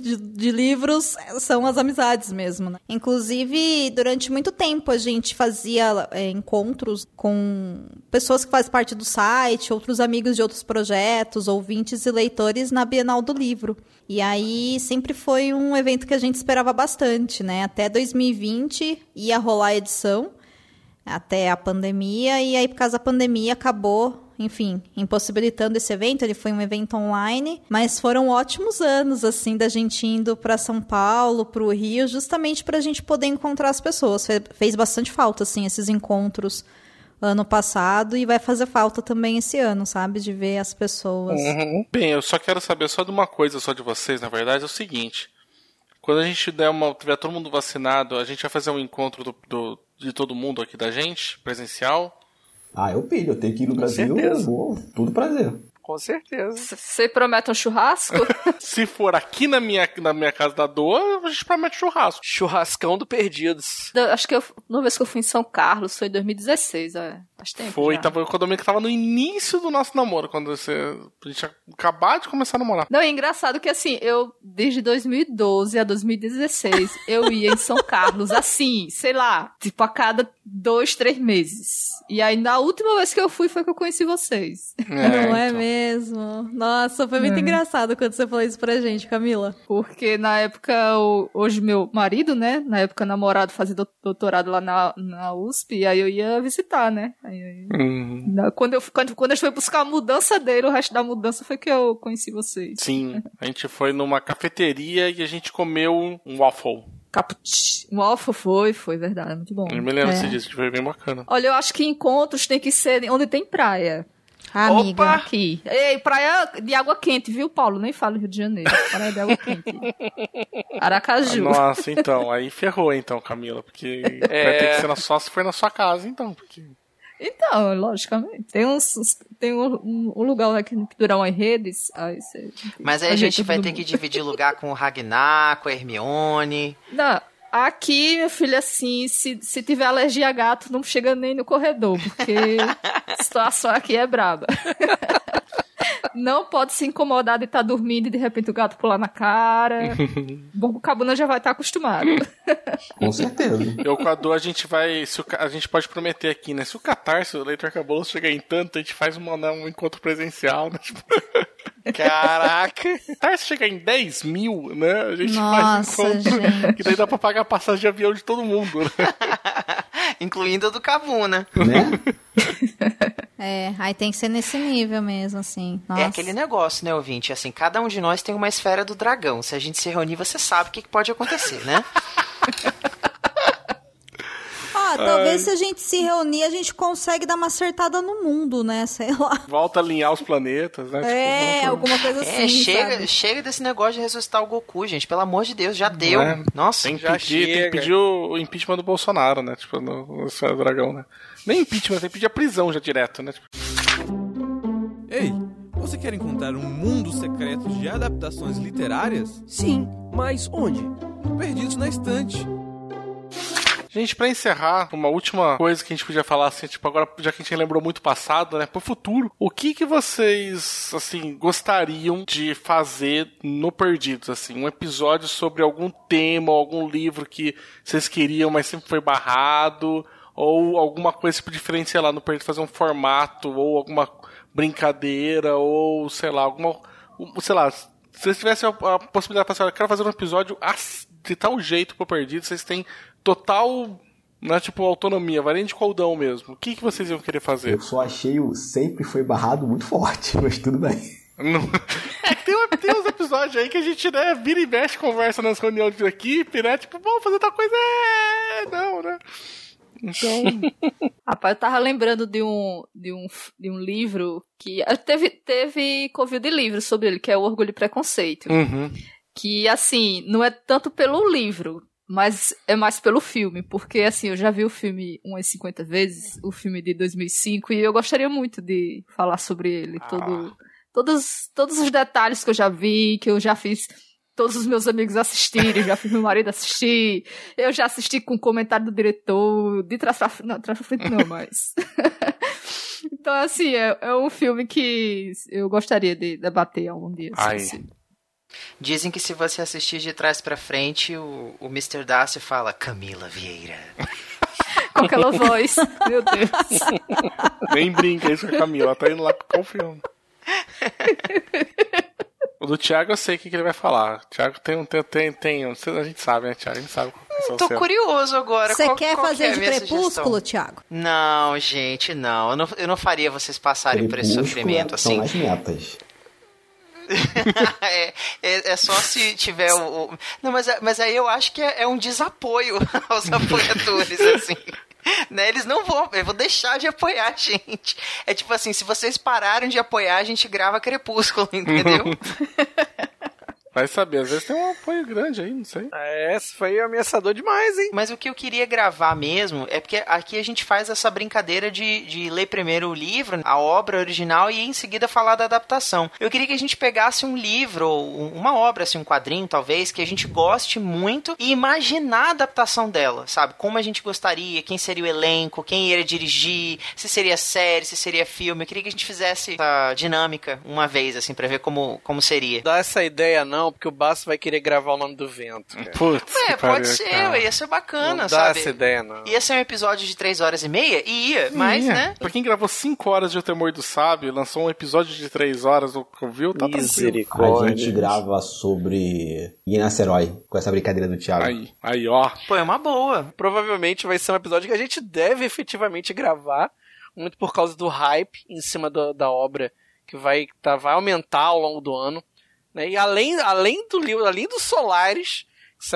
livros são as amizades mesmo, né? Inclusive, durante muito tempo a gente fazia encontros com pessoas que fazem parte do site, outros amigos de outros projetos, ouvintes e leitores na Bienal do Livro. E aí sempre foi um evento que a gente esperava bastante, né? Até 2020 ia rolar a edição, até a pandemia, e aí por causa da pandemia acabou... Enfim, impossibilitando esse evento. Ele foi um evento online, mas foram ótimos anos, assim, da gente indo para São Paulo, para o Rio, justamente para a gente poder encontrar as pessoas. Fez bastante falta, assim, esses encontros ano passado, e vai fazer falta também esse ano, sabe? De ver as pessoas. Uhum. Bem, eu só quero saber só de uma coisa só de vocês, na verdade, é o seguinte. Quando a gente tiver todo mundo vacinado, a gente vai fazer um encontro de todo mundo aqui da gente, presencial. Ah, eu pilho, eu tenho que ir no Brasil, eu vou, tudo prazer. Com certeza. Você promete um churrasco? Se for aqui na minha casa da Doa, a gente promete churrasco. Churrascão do Perdidos. Acho que uma vez que eu fui em São Carlos foi em 2016, faz tempo. Foi, já. tava, quando eu tava no início do nosso namoro, quando a gente tinha acabado de começar a namorar. Não, é engraçado que assim, eu desde 2012 a 2016, eu ia em São Carlos, assim, sei lá, tipo a cada 2, 3 meses. E aí na última vez que eu fui foi que eu conheci vocês. Não é mesmo? Nossa, foi muito engraçado quando você falou isso pra gente, Camila. Porque na época, hoje meu marido, né, na época namorado fazia doutorado lá na USP, e aí eu ia visitar, né. Quando eu fui buscar a mudança dele, o resto da mudança foi que eu conheci vocês. Sim, a gente foi numa cafeteria e a gente comeu um waffle. Um waffle foi verdade, muito bom. Eu me lembro disso, foi bem bacana. Olha, eu acho que encontros tem que ser onde tem praia. Amiga. Opa! Aqui. Ei, praia de água quente, viu, Paulo? Nem fala Rio de Janeiro. Praia de água quente. Aracaju. Nossa, então, aí ferrou então, Camila, porque vai ter que ser só se for na sua casa, então, porque... Então, logicamente. Tem um lugar lá que durar umas redes. Mas aí a gente vai ter que dividir lugar com o Ragnar, com a Hermione. Não, aqui, meu filho, assim, se tiver alergia a gato, não chega nem no corredor, porque a situação aqui é braba. Não pode se incomodar de estar dormindo e de repente o gato pular na cara. Bom, o Cabuna já vai estar acostumado. Com certeza. Eu com a Dô, a gente pode prometer aqui, né? Se o Catarse, o Leitor Cabuloso, chegar em tanto, a gente faz um encontro presencial, né? Tipo... Caraca! Se chegar em 10 mil, né? A gente faz um encontro. Gente. Que daí dá pra pagar a passagem de avião de todo mundo, né? Incluindo a do Cabuna. Né? Aí tem que ser nesse nível mesmo, assim. Nossa. É aquele negócio, né, ouvinte? Assim, cada um de nós tem uma esfera do dragão. Se a gente se reunir, você sabe o que pode acontecer, né? Talvez se a gente se reunir, a gente consegue dar uma acertada no mundo, né? Sei lá. Volta a alinhar os planetas, né? Alguma coisa assim. Chega desse negócio de ressuscitar o Goku, gente. Pelo amor de Deus, já deu. Nossa, tem que pedir o impeachment do Bolsonaro, né? Tipo, no dragão, né? Nem impeachment, tem que pedir a prisão já direto, né? Tipo... Ei, você quer encontrar um mundo secreto de adaptações literárias? Sim, mas onde? Perdidos na Estante. Gente, pra encerrar, uma última coisa que a gente podia falar, assim, tipo, agora, já que a gente lembrou muito passado, né, pro futuro, o que vocês, assim, gostariam de fazer no Perdidos, assim, um episódio sobre algum tema, algum livro que vocês queriam, mas sempre foi barrado, ou alguma coisa, tipo, diferente, sei lá, no Perdidos, fazer um formato, ou alguma brincadeira, ou, sei lá, sei lá, se vocês tivessem a possibilidade de falar, eu quero fazer um episódio de tal jeito pro Perdido, vocês têm total, né, tipo, autonomia, varinha de cordão mesmo. O que vocês iam querer fazer? Eu só achei o sempre foi barrado muito forte, mas tudo bem. Tem episódio aí que a gente, né, vira e mexe, conversa nas reuniões de equipe, né? Tipo, vamos fazer tal coisa. Não, né? Então... Rapaz, eu tava lembrando de um livro que... Teve Covil de livros sobre ele, que é o Orgulho e Preconceito. Uhum. Que, assim, não é tanto pelo livro, mas é mais pelo filme. Porque, assim, eu já vi o filme umas 50 vezes, o filme de 2005, e eu gostaria muito de falar sobre ele. Todos os detalhes que eu já vi, que eu já fiz... Todos os meus amigos assistirem, já fiz meu marido assistir, eu já assisti com o comentário do diretor, de trás pra frente, não, trás pra frente não, mas... Então, assim, é um filme que eu gostaria de debater algum dia. Assim. Dizem que se você assistir de trás pra frente, o Mr. Darcy fala, Camila Vieira. Com aquela voz, meu Deus. Nem brinca isso com a Camila, ela tá indo lá com o filme. O do Thiago eu sei o que ele vai falar. O Thiago tem. A gente sabe, né, Thiago? A gente sabe qual é Tô curioso agora. Você quer qual fazer de Crepúsculo, sugestão? Thiago? Não, gente, não. Eu não faria vocês passarem por esse sofrimento assim. São as metas. É só se tiver o... Não, mas aí eu acho que é um desapoio aos apoiadores, assim. Né? Eles não vão, eu vou deixar de apoiar a gente. É tipo assim, se vocês pararem de apoiar, a gente grava Crepúsculo, entendeu? Vai saber, às vezes tem um apoio grande aí, não sei. Esse foi ameaçador demais, hein? Mas o que eu queria gravar mesmo é porque aqui a gente faz essa brincadeira de ler primeiro o livro, a obra original, e em seguida falar da adaptação. Eu queria que a gente pegasse um livro, ou uma obra, assim, um quadrinho talvez, que a gente goste muito e imaginar a adaptação dela, sabe? Como a gente gostaria, quem seria o elenco, quem iria dirigir, se seria série, se seria filme. Eu queria que a gente fizesse essa dinâmica uma vez, assim, pra ver como seria. Dá essa ideia não, porque o Basso vai querer gravar O Nome do Vento. Cara. Putz, pode ser, ia ser bacana, não sabe? Dá essa ideia, não. Ia ser um episódio de 3 horas e meia? Ia, mas, né? Pra quem gravou 5 horas de O Temor do Sábio, lançou um episódio de 3 horas, ouviu? Tá tranquilo. A gente grava sobre Inacerói, com essa brincadeira do Thiago. Aí, ó. Pô, é uma boa. Provavelmente vai ser um episódio que a gente deve efetivamente gravar, muito por causa do hype em cima da obra, que vai aumentar ao longo do ano. Né? E além do livro, além dos Solaris, que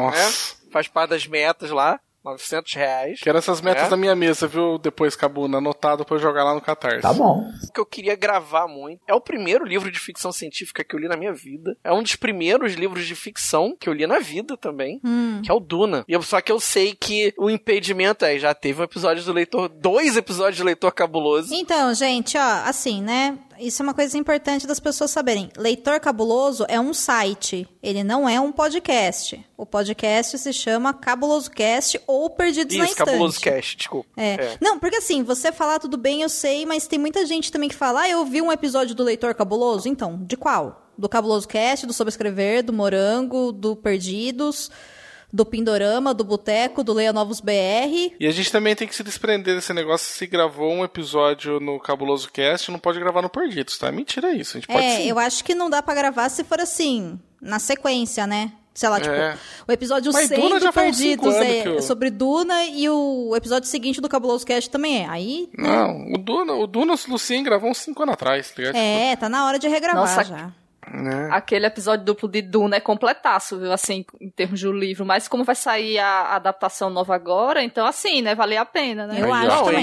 faz parte das metas lá, R$900. Quero essas metas da minha mesa, viu? Depois, Cabuna, anotado pra eu jogar lá no Catarse. Tá bom. O que eu queria gravar muito é o primeiro livro de ficção científica que eu li na minha vida. É um dos primeiros livros de ficção que eu li na vida também, que é o Duna. Só que eu sei que o impedimento já teve um episódio do Leitor, 2 episódios do Leitor Cabuloso. Então, gente, ó, assim, né? Isso é uma coisa importante das pessoas saberem. Leitor Cabuloso é um site, ele não é um podcast. O podcast se chama Cabuloso Cast ou Perdidos na Estante. Cabuloso Cast, desculpa. Não, porque assim, você falar tudo bem, eu sei, mas tem muita gente também que fala, eu vi um episódio do Leitor Cabuloso. Então, de qual? Do Cabuloso Cast, do Sobrescrever, do Morango, do Perdidos... do Pindorama, do Boteco, do Leia Novos BR. E a gente também tem que se desprender desse negócio. Se gravou um episódio no Cabuloso Cast, não pode gravar no Perdidos, tá? Mentira isso. A gente pode sim. Eu acho que não dá pra gravar se for assim, na sequência, né? Sei lá, tipo, o episódio 100 de Perdidos é sobre Duna e o episódio seguinte do Cabuloso Cast também é. Aí... Não, o Duna, o Lucien gravou uns 5 anos atrás, tá ligado? Tá na hora de regravar já. Aquele episódio duplo de Duna é completaço, viu, assim, em termos do livro, mas como vai sair a adaptação nova agora, então assim, né, vale a pena, né? Eu acho também.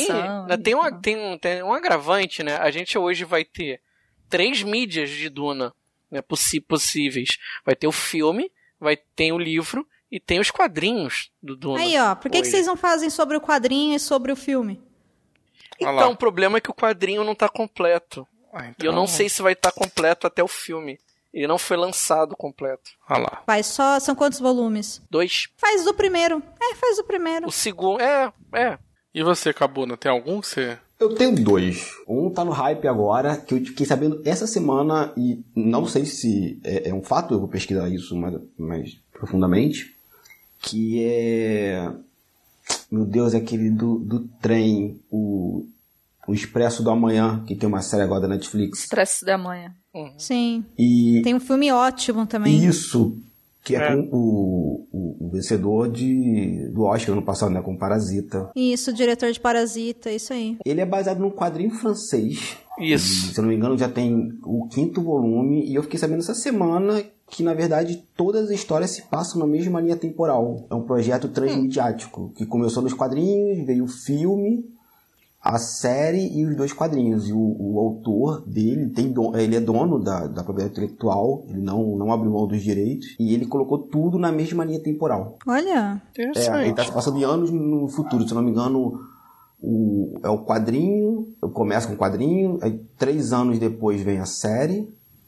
Tem um agravante, né, a gente hoje vai ter 3 mídias de Duna, né, possíveis. Vai ter o filme, tem o livro e tem os quadrinhos do Duna. Aí, ó, por que vocês não fazem sobre o quadrinho e sobre o filme? Então, o problema é que o quadrinho não tá completo. E eu não sei se vai estar completo até o filme. Ele não foi lançado completo. Olha lá. São quantos volumes? 2. Faz do primeiro. Faz do primeiro. O segundo, E você, Cabuna, tem algum que você... Eu tenho 2. Um tá no hype agora, que eu fiquei sabendo essa semana, e não sei se é um fato, eu vou pesquisar isso mais profundamente, que é... Meu Deus, é aquele do trem, o Expresso do Amanhã, que tem uma série agora da Netflix. Expresso da Manhã. Sim. E tem um filme ótimo também. Isso, que é com o vencedor do Oscar ano passado, né, com Parasita. Isso, o diretor de Parasita, isso aí. Ele é baseado num quadrinho francês Isso. Se eu não me engano, já tem o 5º volume, e eu fiquei sabendo essa semana que, na verdade, todas as histórias se passam na mesma linha temporal. É um projeto transmediático, que começou nos quadrinhos, veio o filme, a série e os 2 quadrinhos. E o autor dele, ele é dono da propriedade intelectual, ele não abriu mão dos direitos, e ele colocou tudo na mesma linha temporal. Olha. Interessante. Ele está se passando de anos no futuro, se eu não me engano. É o quadrinho, começa com o quadrinho, aí 3 anos depois vem a série,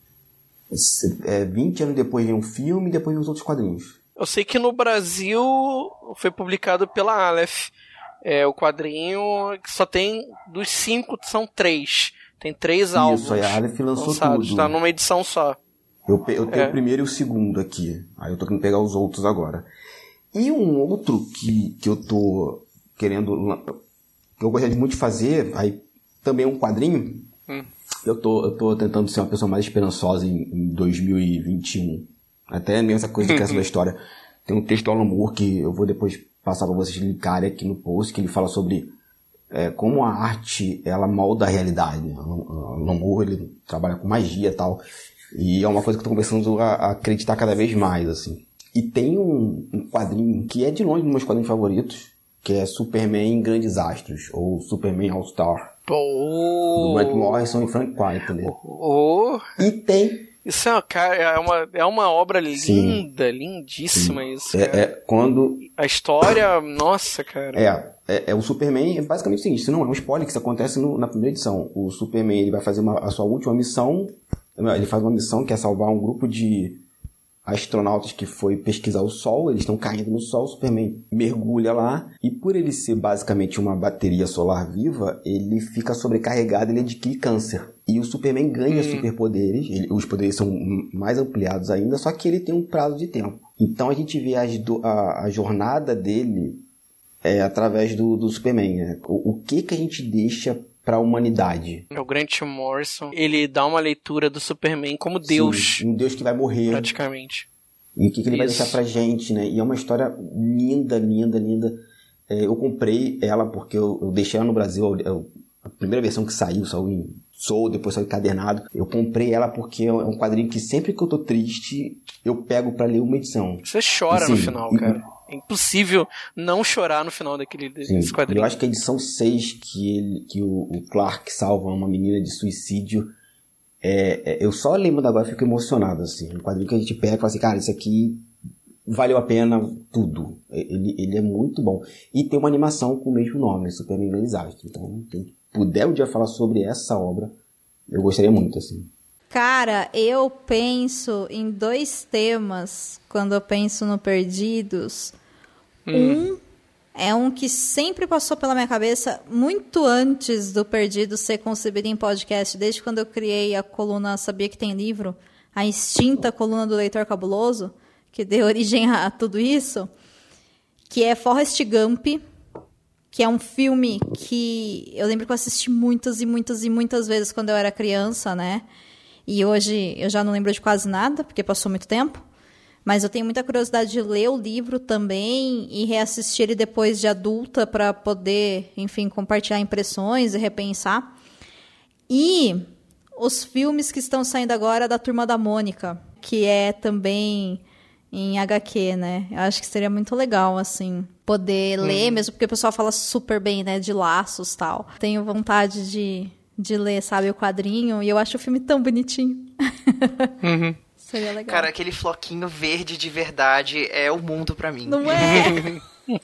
20 anos depois vem um filme e depois vem os outros quadrinhos. Eu sei que no Brasil foi publicado pela Aleph. O quadrinho que só tem, dos 5, são 3. Tem 3 álbuns. Isso, a Aleph lançou lançados, tudo. Tá numa edição só. Eu tenho o primeiro e o segundo aqui. Aí eu tô querendo pegar os outros agora. E um outro que eu tô querendo... que eu gostaria muito de fazer, aí também é um quadrinho. Eu tô tentando ser uma pessoa mais esperançosa em 2021. Até mesmo essa coisa de criação da história. Tem um texto do Alan Moore que eu vou depois passar para vocês ligarem aqui no post, que ele fala sobre como a arte, ela molda a realidade. O Alan Moore, ele trabalha com magia e tal. E é uma coisa que eu tô começando a acreditar cada vez mais, assim. E tem um quadrinho que é de longe um dos meus quadrinhos favoritos, que é Superman Grandes Astros, ou Superman All-Star. Do Grant Morrison e Frank Quitely. E tem... Isso é uma obra linda, lindíssima. Sim. Isso, cara. Quando... A história, nossa, cara. O Superman é basicamente o seguinte, isso não é um spoiler, que isso acontece na primeira edição. O Superman, ele vai fazer a sua última missão, ele faz uma missão que é salvar um grupo de astronautas que foi pesquisar o Sol, eles estão caindo no Sol, o Superman mergulha lá, e por ele ser basicamente uma bateria solar viva, ele fica sobrecarregado, ele adquire câncer. E o Superman ganha superpoderes, os poderes são mais ampliados ainda, só que ele tem um prazo de tempo. Então a gente vê a jornada dele através do Superman. Né? O que a gente deixa para a humanidade? O Grant Morrison, ele dá uma leitura do Superman como Deus. Sim, um Deus que vai morrer. Praticamente. E o que ele vai deixar pra gente, né? E é uma história linda, linda, linda. Eu comprei ela porque eu deixei ela no Brasil, a primeira versão que saiu em Soul, depois saiu encadernado. Eu comprei ela porque é um quadrinho que sempre que eu tô triste, eu pego pra ler uma edição. Você chora no final, cara. É impossível não chorar no final desse quadrinho. Eu acho que a edição 6, que o Clark salva uma menina de suicídio, eu só lembro agora e fico emocionado, assim. Um quadrinho que a gente pega e fala assim, cara, isso aqui valeu a pena tudo. Ele é muito bom. E tem uma animação com o mesmo nome, Superman Grandes Astros. Então, quem puder um dia falar sobre essa obra, eu gostaria muito, assim. Cara, eu penso em 2 temas quando eu penso no Perdidos. Um é um que sempre passou pela minha cabeça muito antes do Perdidos ser concebido em podcast, desde quando eu criei a coluna Sabia Que Tem Livro, a extinta coluna do Leitor Cabuloso, que deu origem a tudo isso, que é Forrest Gump, que é um filme que eu lembro que eu assisti muitas e muitas e muitas vezes quando eu era criança, né? E hoje eu já não lembro de quase nada, porque passou muito tempo. Mas eu tenho muita curiosidade de ler o livro também e reassistir ele depois de adulta para poder, enfim, compartilhar impressões e repensar. E os filmes que estão saindo agora da Turma da Mônica, que é também em HQ, né? Eu acho que seria muito legal, assim, poder ler, mesmo porque o pessoal fala super bem, né, de laços e tal. Tenho vontade de ler, sabe, o quadrinho, e eu acho o filme tão bonitinho. Seria legal. Cara, aquele floquinho verde de verdade é o mundo pra mim. Não é?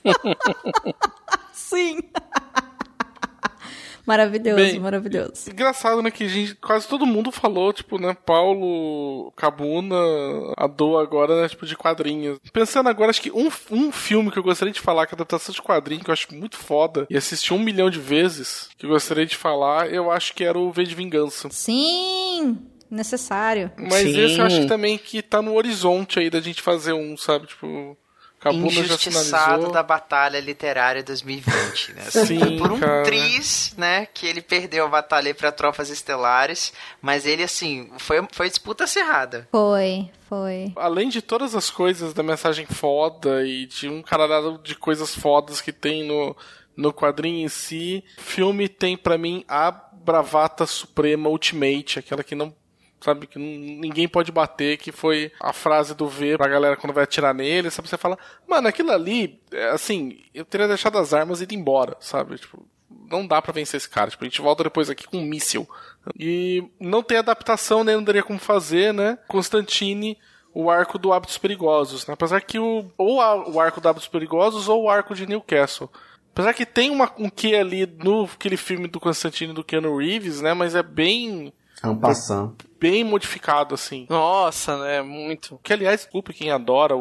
Sim. Maravilhoso, bem, maravilhoso. Engraçado, né, que quase todo mundo falou, tipo, né, Paulo, Cabuna, a Do agora, né, tipo, de quadrinhos. Pensando agora, acho que um filme que eu gostaria de falar, que é a adaptação de quadrinho, que eu acho muito foda, e assisti 1 milhão de vezes, que eu gostaria de falar, eu acho que era o V de Vingança. Sim, necessário. Mas Sim. esse eu acho que também que tá no horizonte aí da gente fazer um, sabe, tipo... Cabuna injustiçado da batalha literária 2020, né? Sim, por um cara. triz, né, que ele perdeu a batalha para Tropas Estelares, mas ele, assim, foi disputa acirrada. Foi. Além de todas as coisas da mensagem foda e de um caralhado de coisas fodas que tem no quadrinho em si. Filme tem pra mim a bravata suprema Ultimate, aquela que não, sabe, que ninguém pode bater, que foi a frase do V pra galera quando vai atirar nele, sabe, você fala, mano, aquilo ali, assim, eu teria deixado as armas e ido embora, sabe, tipo, não dá pra vencer esse cara, tipo, a gente volta depois aqui com um míssil. E não tem adaptação, nem não teria como fazer, né, Constantine, o arco do Hábitos Perigosos, né? Apesar que o arco do Hábitos Perigosos ou o arco de Newcastle. Apesar que tem um quê ali no aquele filme do Constantine do Keanu Reeves, né? Mas é bem... bem modificado, assim. Nossa, né? Muito. Que, aliás, desculpe quem adora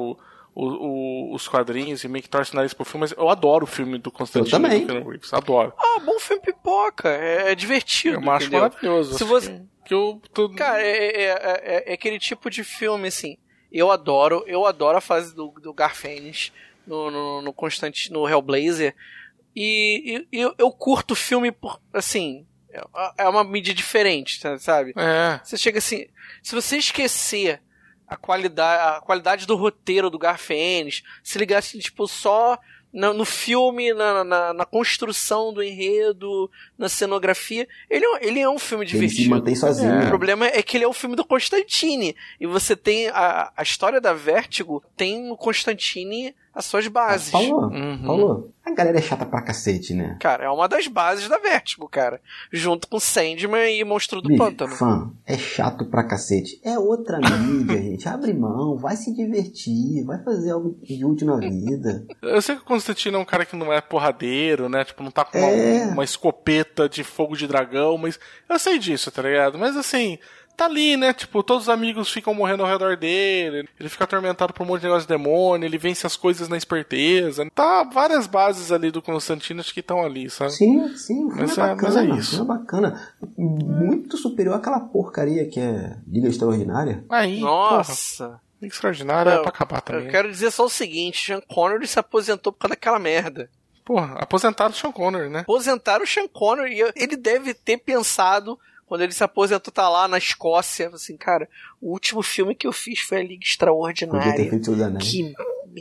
os quadrinhos e meio que torce o nariz pro filme, mas eu adoro o filme do Constantine do Keanu Reeves. Adoro. Bom filme pipoca. É divertido. Eu acho maravilhoso. Se você... Cara, é aquele tipo de filme, assim. Eu adoro a fase do Garfênis no Constantine, no Hellblazer. E eu curto o filme por, assim, é uma mídia diferente, sabe? Você chega assim, se você esquecer a qualidade do roteiro do Garfênis, se ligar assim, tipo, só no filme, na construção do enredo, na cenografia, ele é um filme divertido. Ele se mantém sozinho. O problema é que ele é o filme do Constantine. E você tem a história da Vertigo, tem no Constantine as suas bases. Falou. A galera é chata pra cacete, né? Cara, é uma das bases da Vertigo, cara. Junto com Sandman e Monstro do Pântano. Fã, é chato pra cacete. É outra mídia, gente. Abre mão, vai se divertir, vai fazer algo de útil na vida. Eu sei que o Constantine é um cara que não é porradeiro, né? Tipo, não tá com uma escopeta de fogo de dragão, mas eu sei disso, tá ligado? Mas assim... tá ali, né? Tipo, todos os amigos ficam morrendo ao redor dele, ele fica atormentado por um monte de negócio de demônio, ele vence as coisas na esperteza. Tá várias bases ali do Constantino que estão ali, sabe? Sim, mas bacana, é isso. É bacana. Muito superior àquela porcaria que é Liga Extraordinária. Aí, nossa! Liga Extraordinária é pra acabar também. Eu quero dizer só o seguinte, Sean Connery se aposentou por causa daquela merda. Porra, aposentaram o Sean Connery, né? Aposentaram o Sean Connery e ele deve ter pensado... Quando ele se aposentou, tá lá na Escócia, assim, cara, o último filme que eu fiz foi a Liga Extraordinária. Que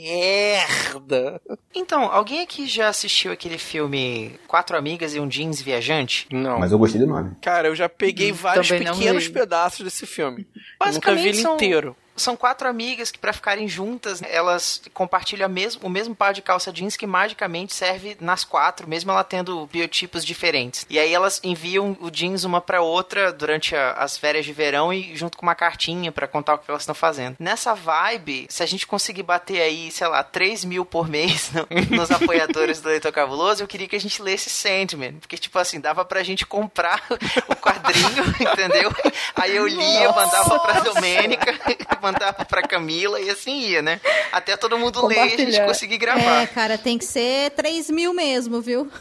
merda! Então, alguém aqui já assistiu aquele filme Quatro Amigas e um Jeans Viajante? Não. Mas eu gostei do nome. Cara, eu já peguei vários pequenos pedaços desse filme. Basicamente, eu nunca vi ele inteiro. São quatro amigas que, pra ficarem juntas, elas compartilham o mesmo par de calça jeans que magicamente serve nas quatro, mesmo ela tendo biotipos diferentes. E aí elas enviam o jeans uma pra outra durante as férias de verão e junto com uma cartinha pra contar o que elas estão fazendo. Nessa vibe, se a gente conseguir bater aí, sei lá, 3 mil por mês nos apoiadores do Leitor Cabuloso, eu queria que a gente lesse Sandman. Porque, tipo assim, dava pra gente comprar o quadrinho, entendeu? Aí eu lia, mandava pra Domênica, mandava pra Camila e assim ia, né? Até todo mundo ler e a gente conseguir gravar. É, cara, tem que ser 3 mil mesmo, viu?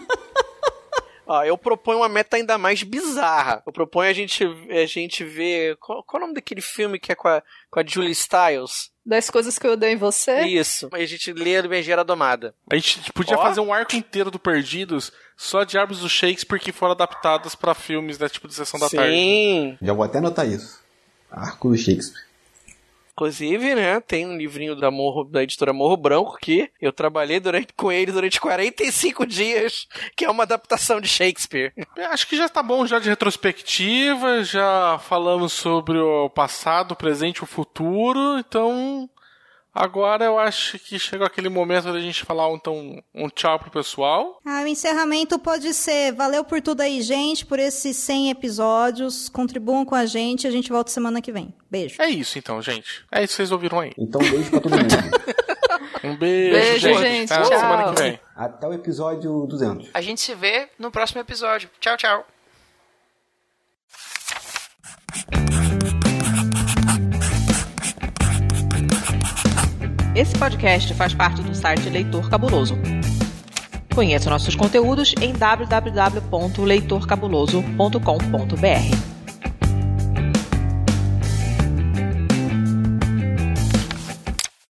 Eu proponho uma meta ainda mais bizarra. Eu proponho a gente ver... Qual é o nome daquele filme que é com a Julie Stiles? 10 Coisas que Eu Odeio em Você? Isso. A gente lê a Megera Domada. A gente podia fazer um arco inteiro do Perdidos só de árvores do Shakespeare que foram adaptadas pra filmes, né? Tipo de Sessão da Tarde. Sim. Já vou até anotar isso. Arco do Shakespeare. Inclusive, né, tem um livrinho da editora Morro Branco que eu trabalhei com ele durante 45 dias, que é uma adaptação de Shakespeare. Acho que já tá bom já de retrospectiva, já falamos sobre o passado, o presente e o futuro, então agora eu acho que chegou aquele momento da gente falar então um tchau pro pessoal. O encerramento pode ser: valeu por tudo aí, gente, por esses 100 episódios, contribuam com a gente volta semana que vem. Beijo. É isso então, gente. É isso que vocês ouviram aí. Então beijo pra todo mundo. Um beijo, gente. Até Tchau. semana que vem. Até o episódio 200. A gente se vê no próximo episódio. Tchau, tchau. Esse podcast faz parte do site Leitor Cabuloso. Conheça nossos conteúdos em www.leitorcabuloso.com.br.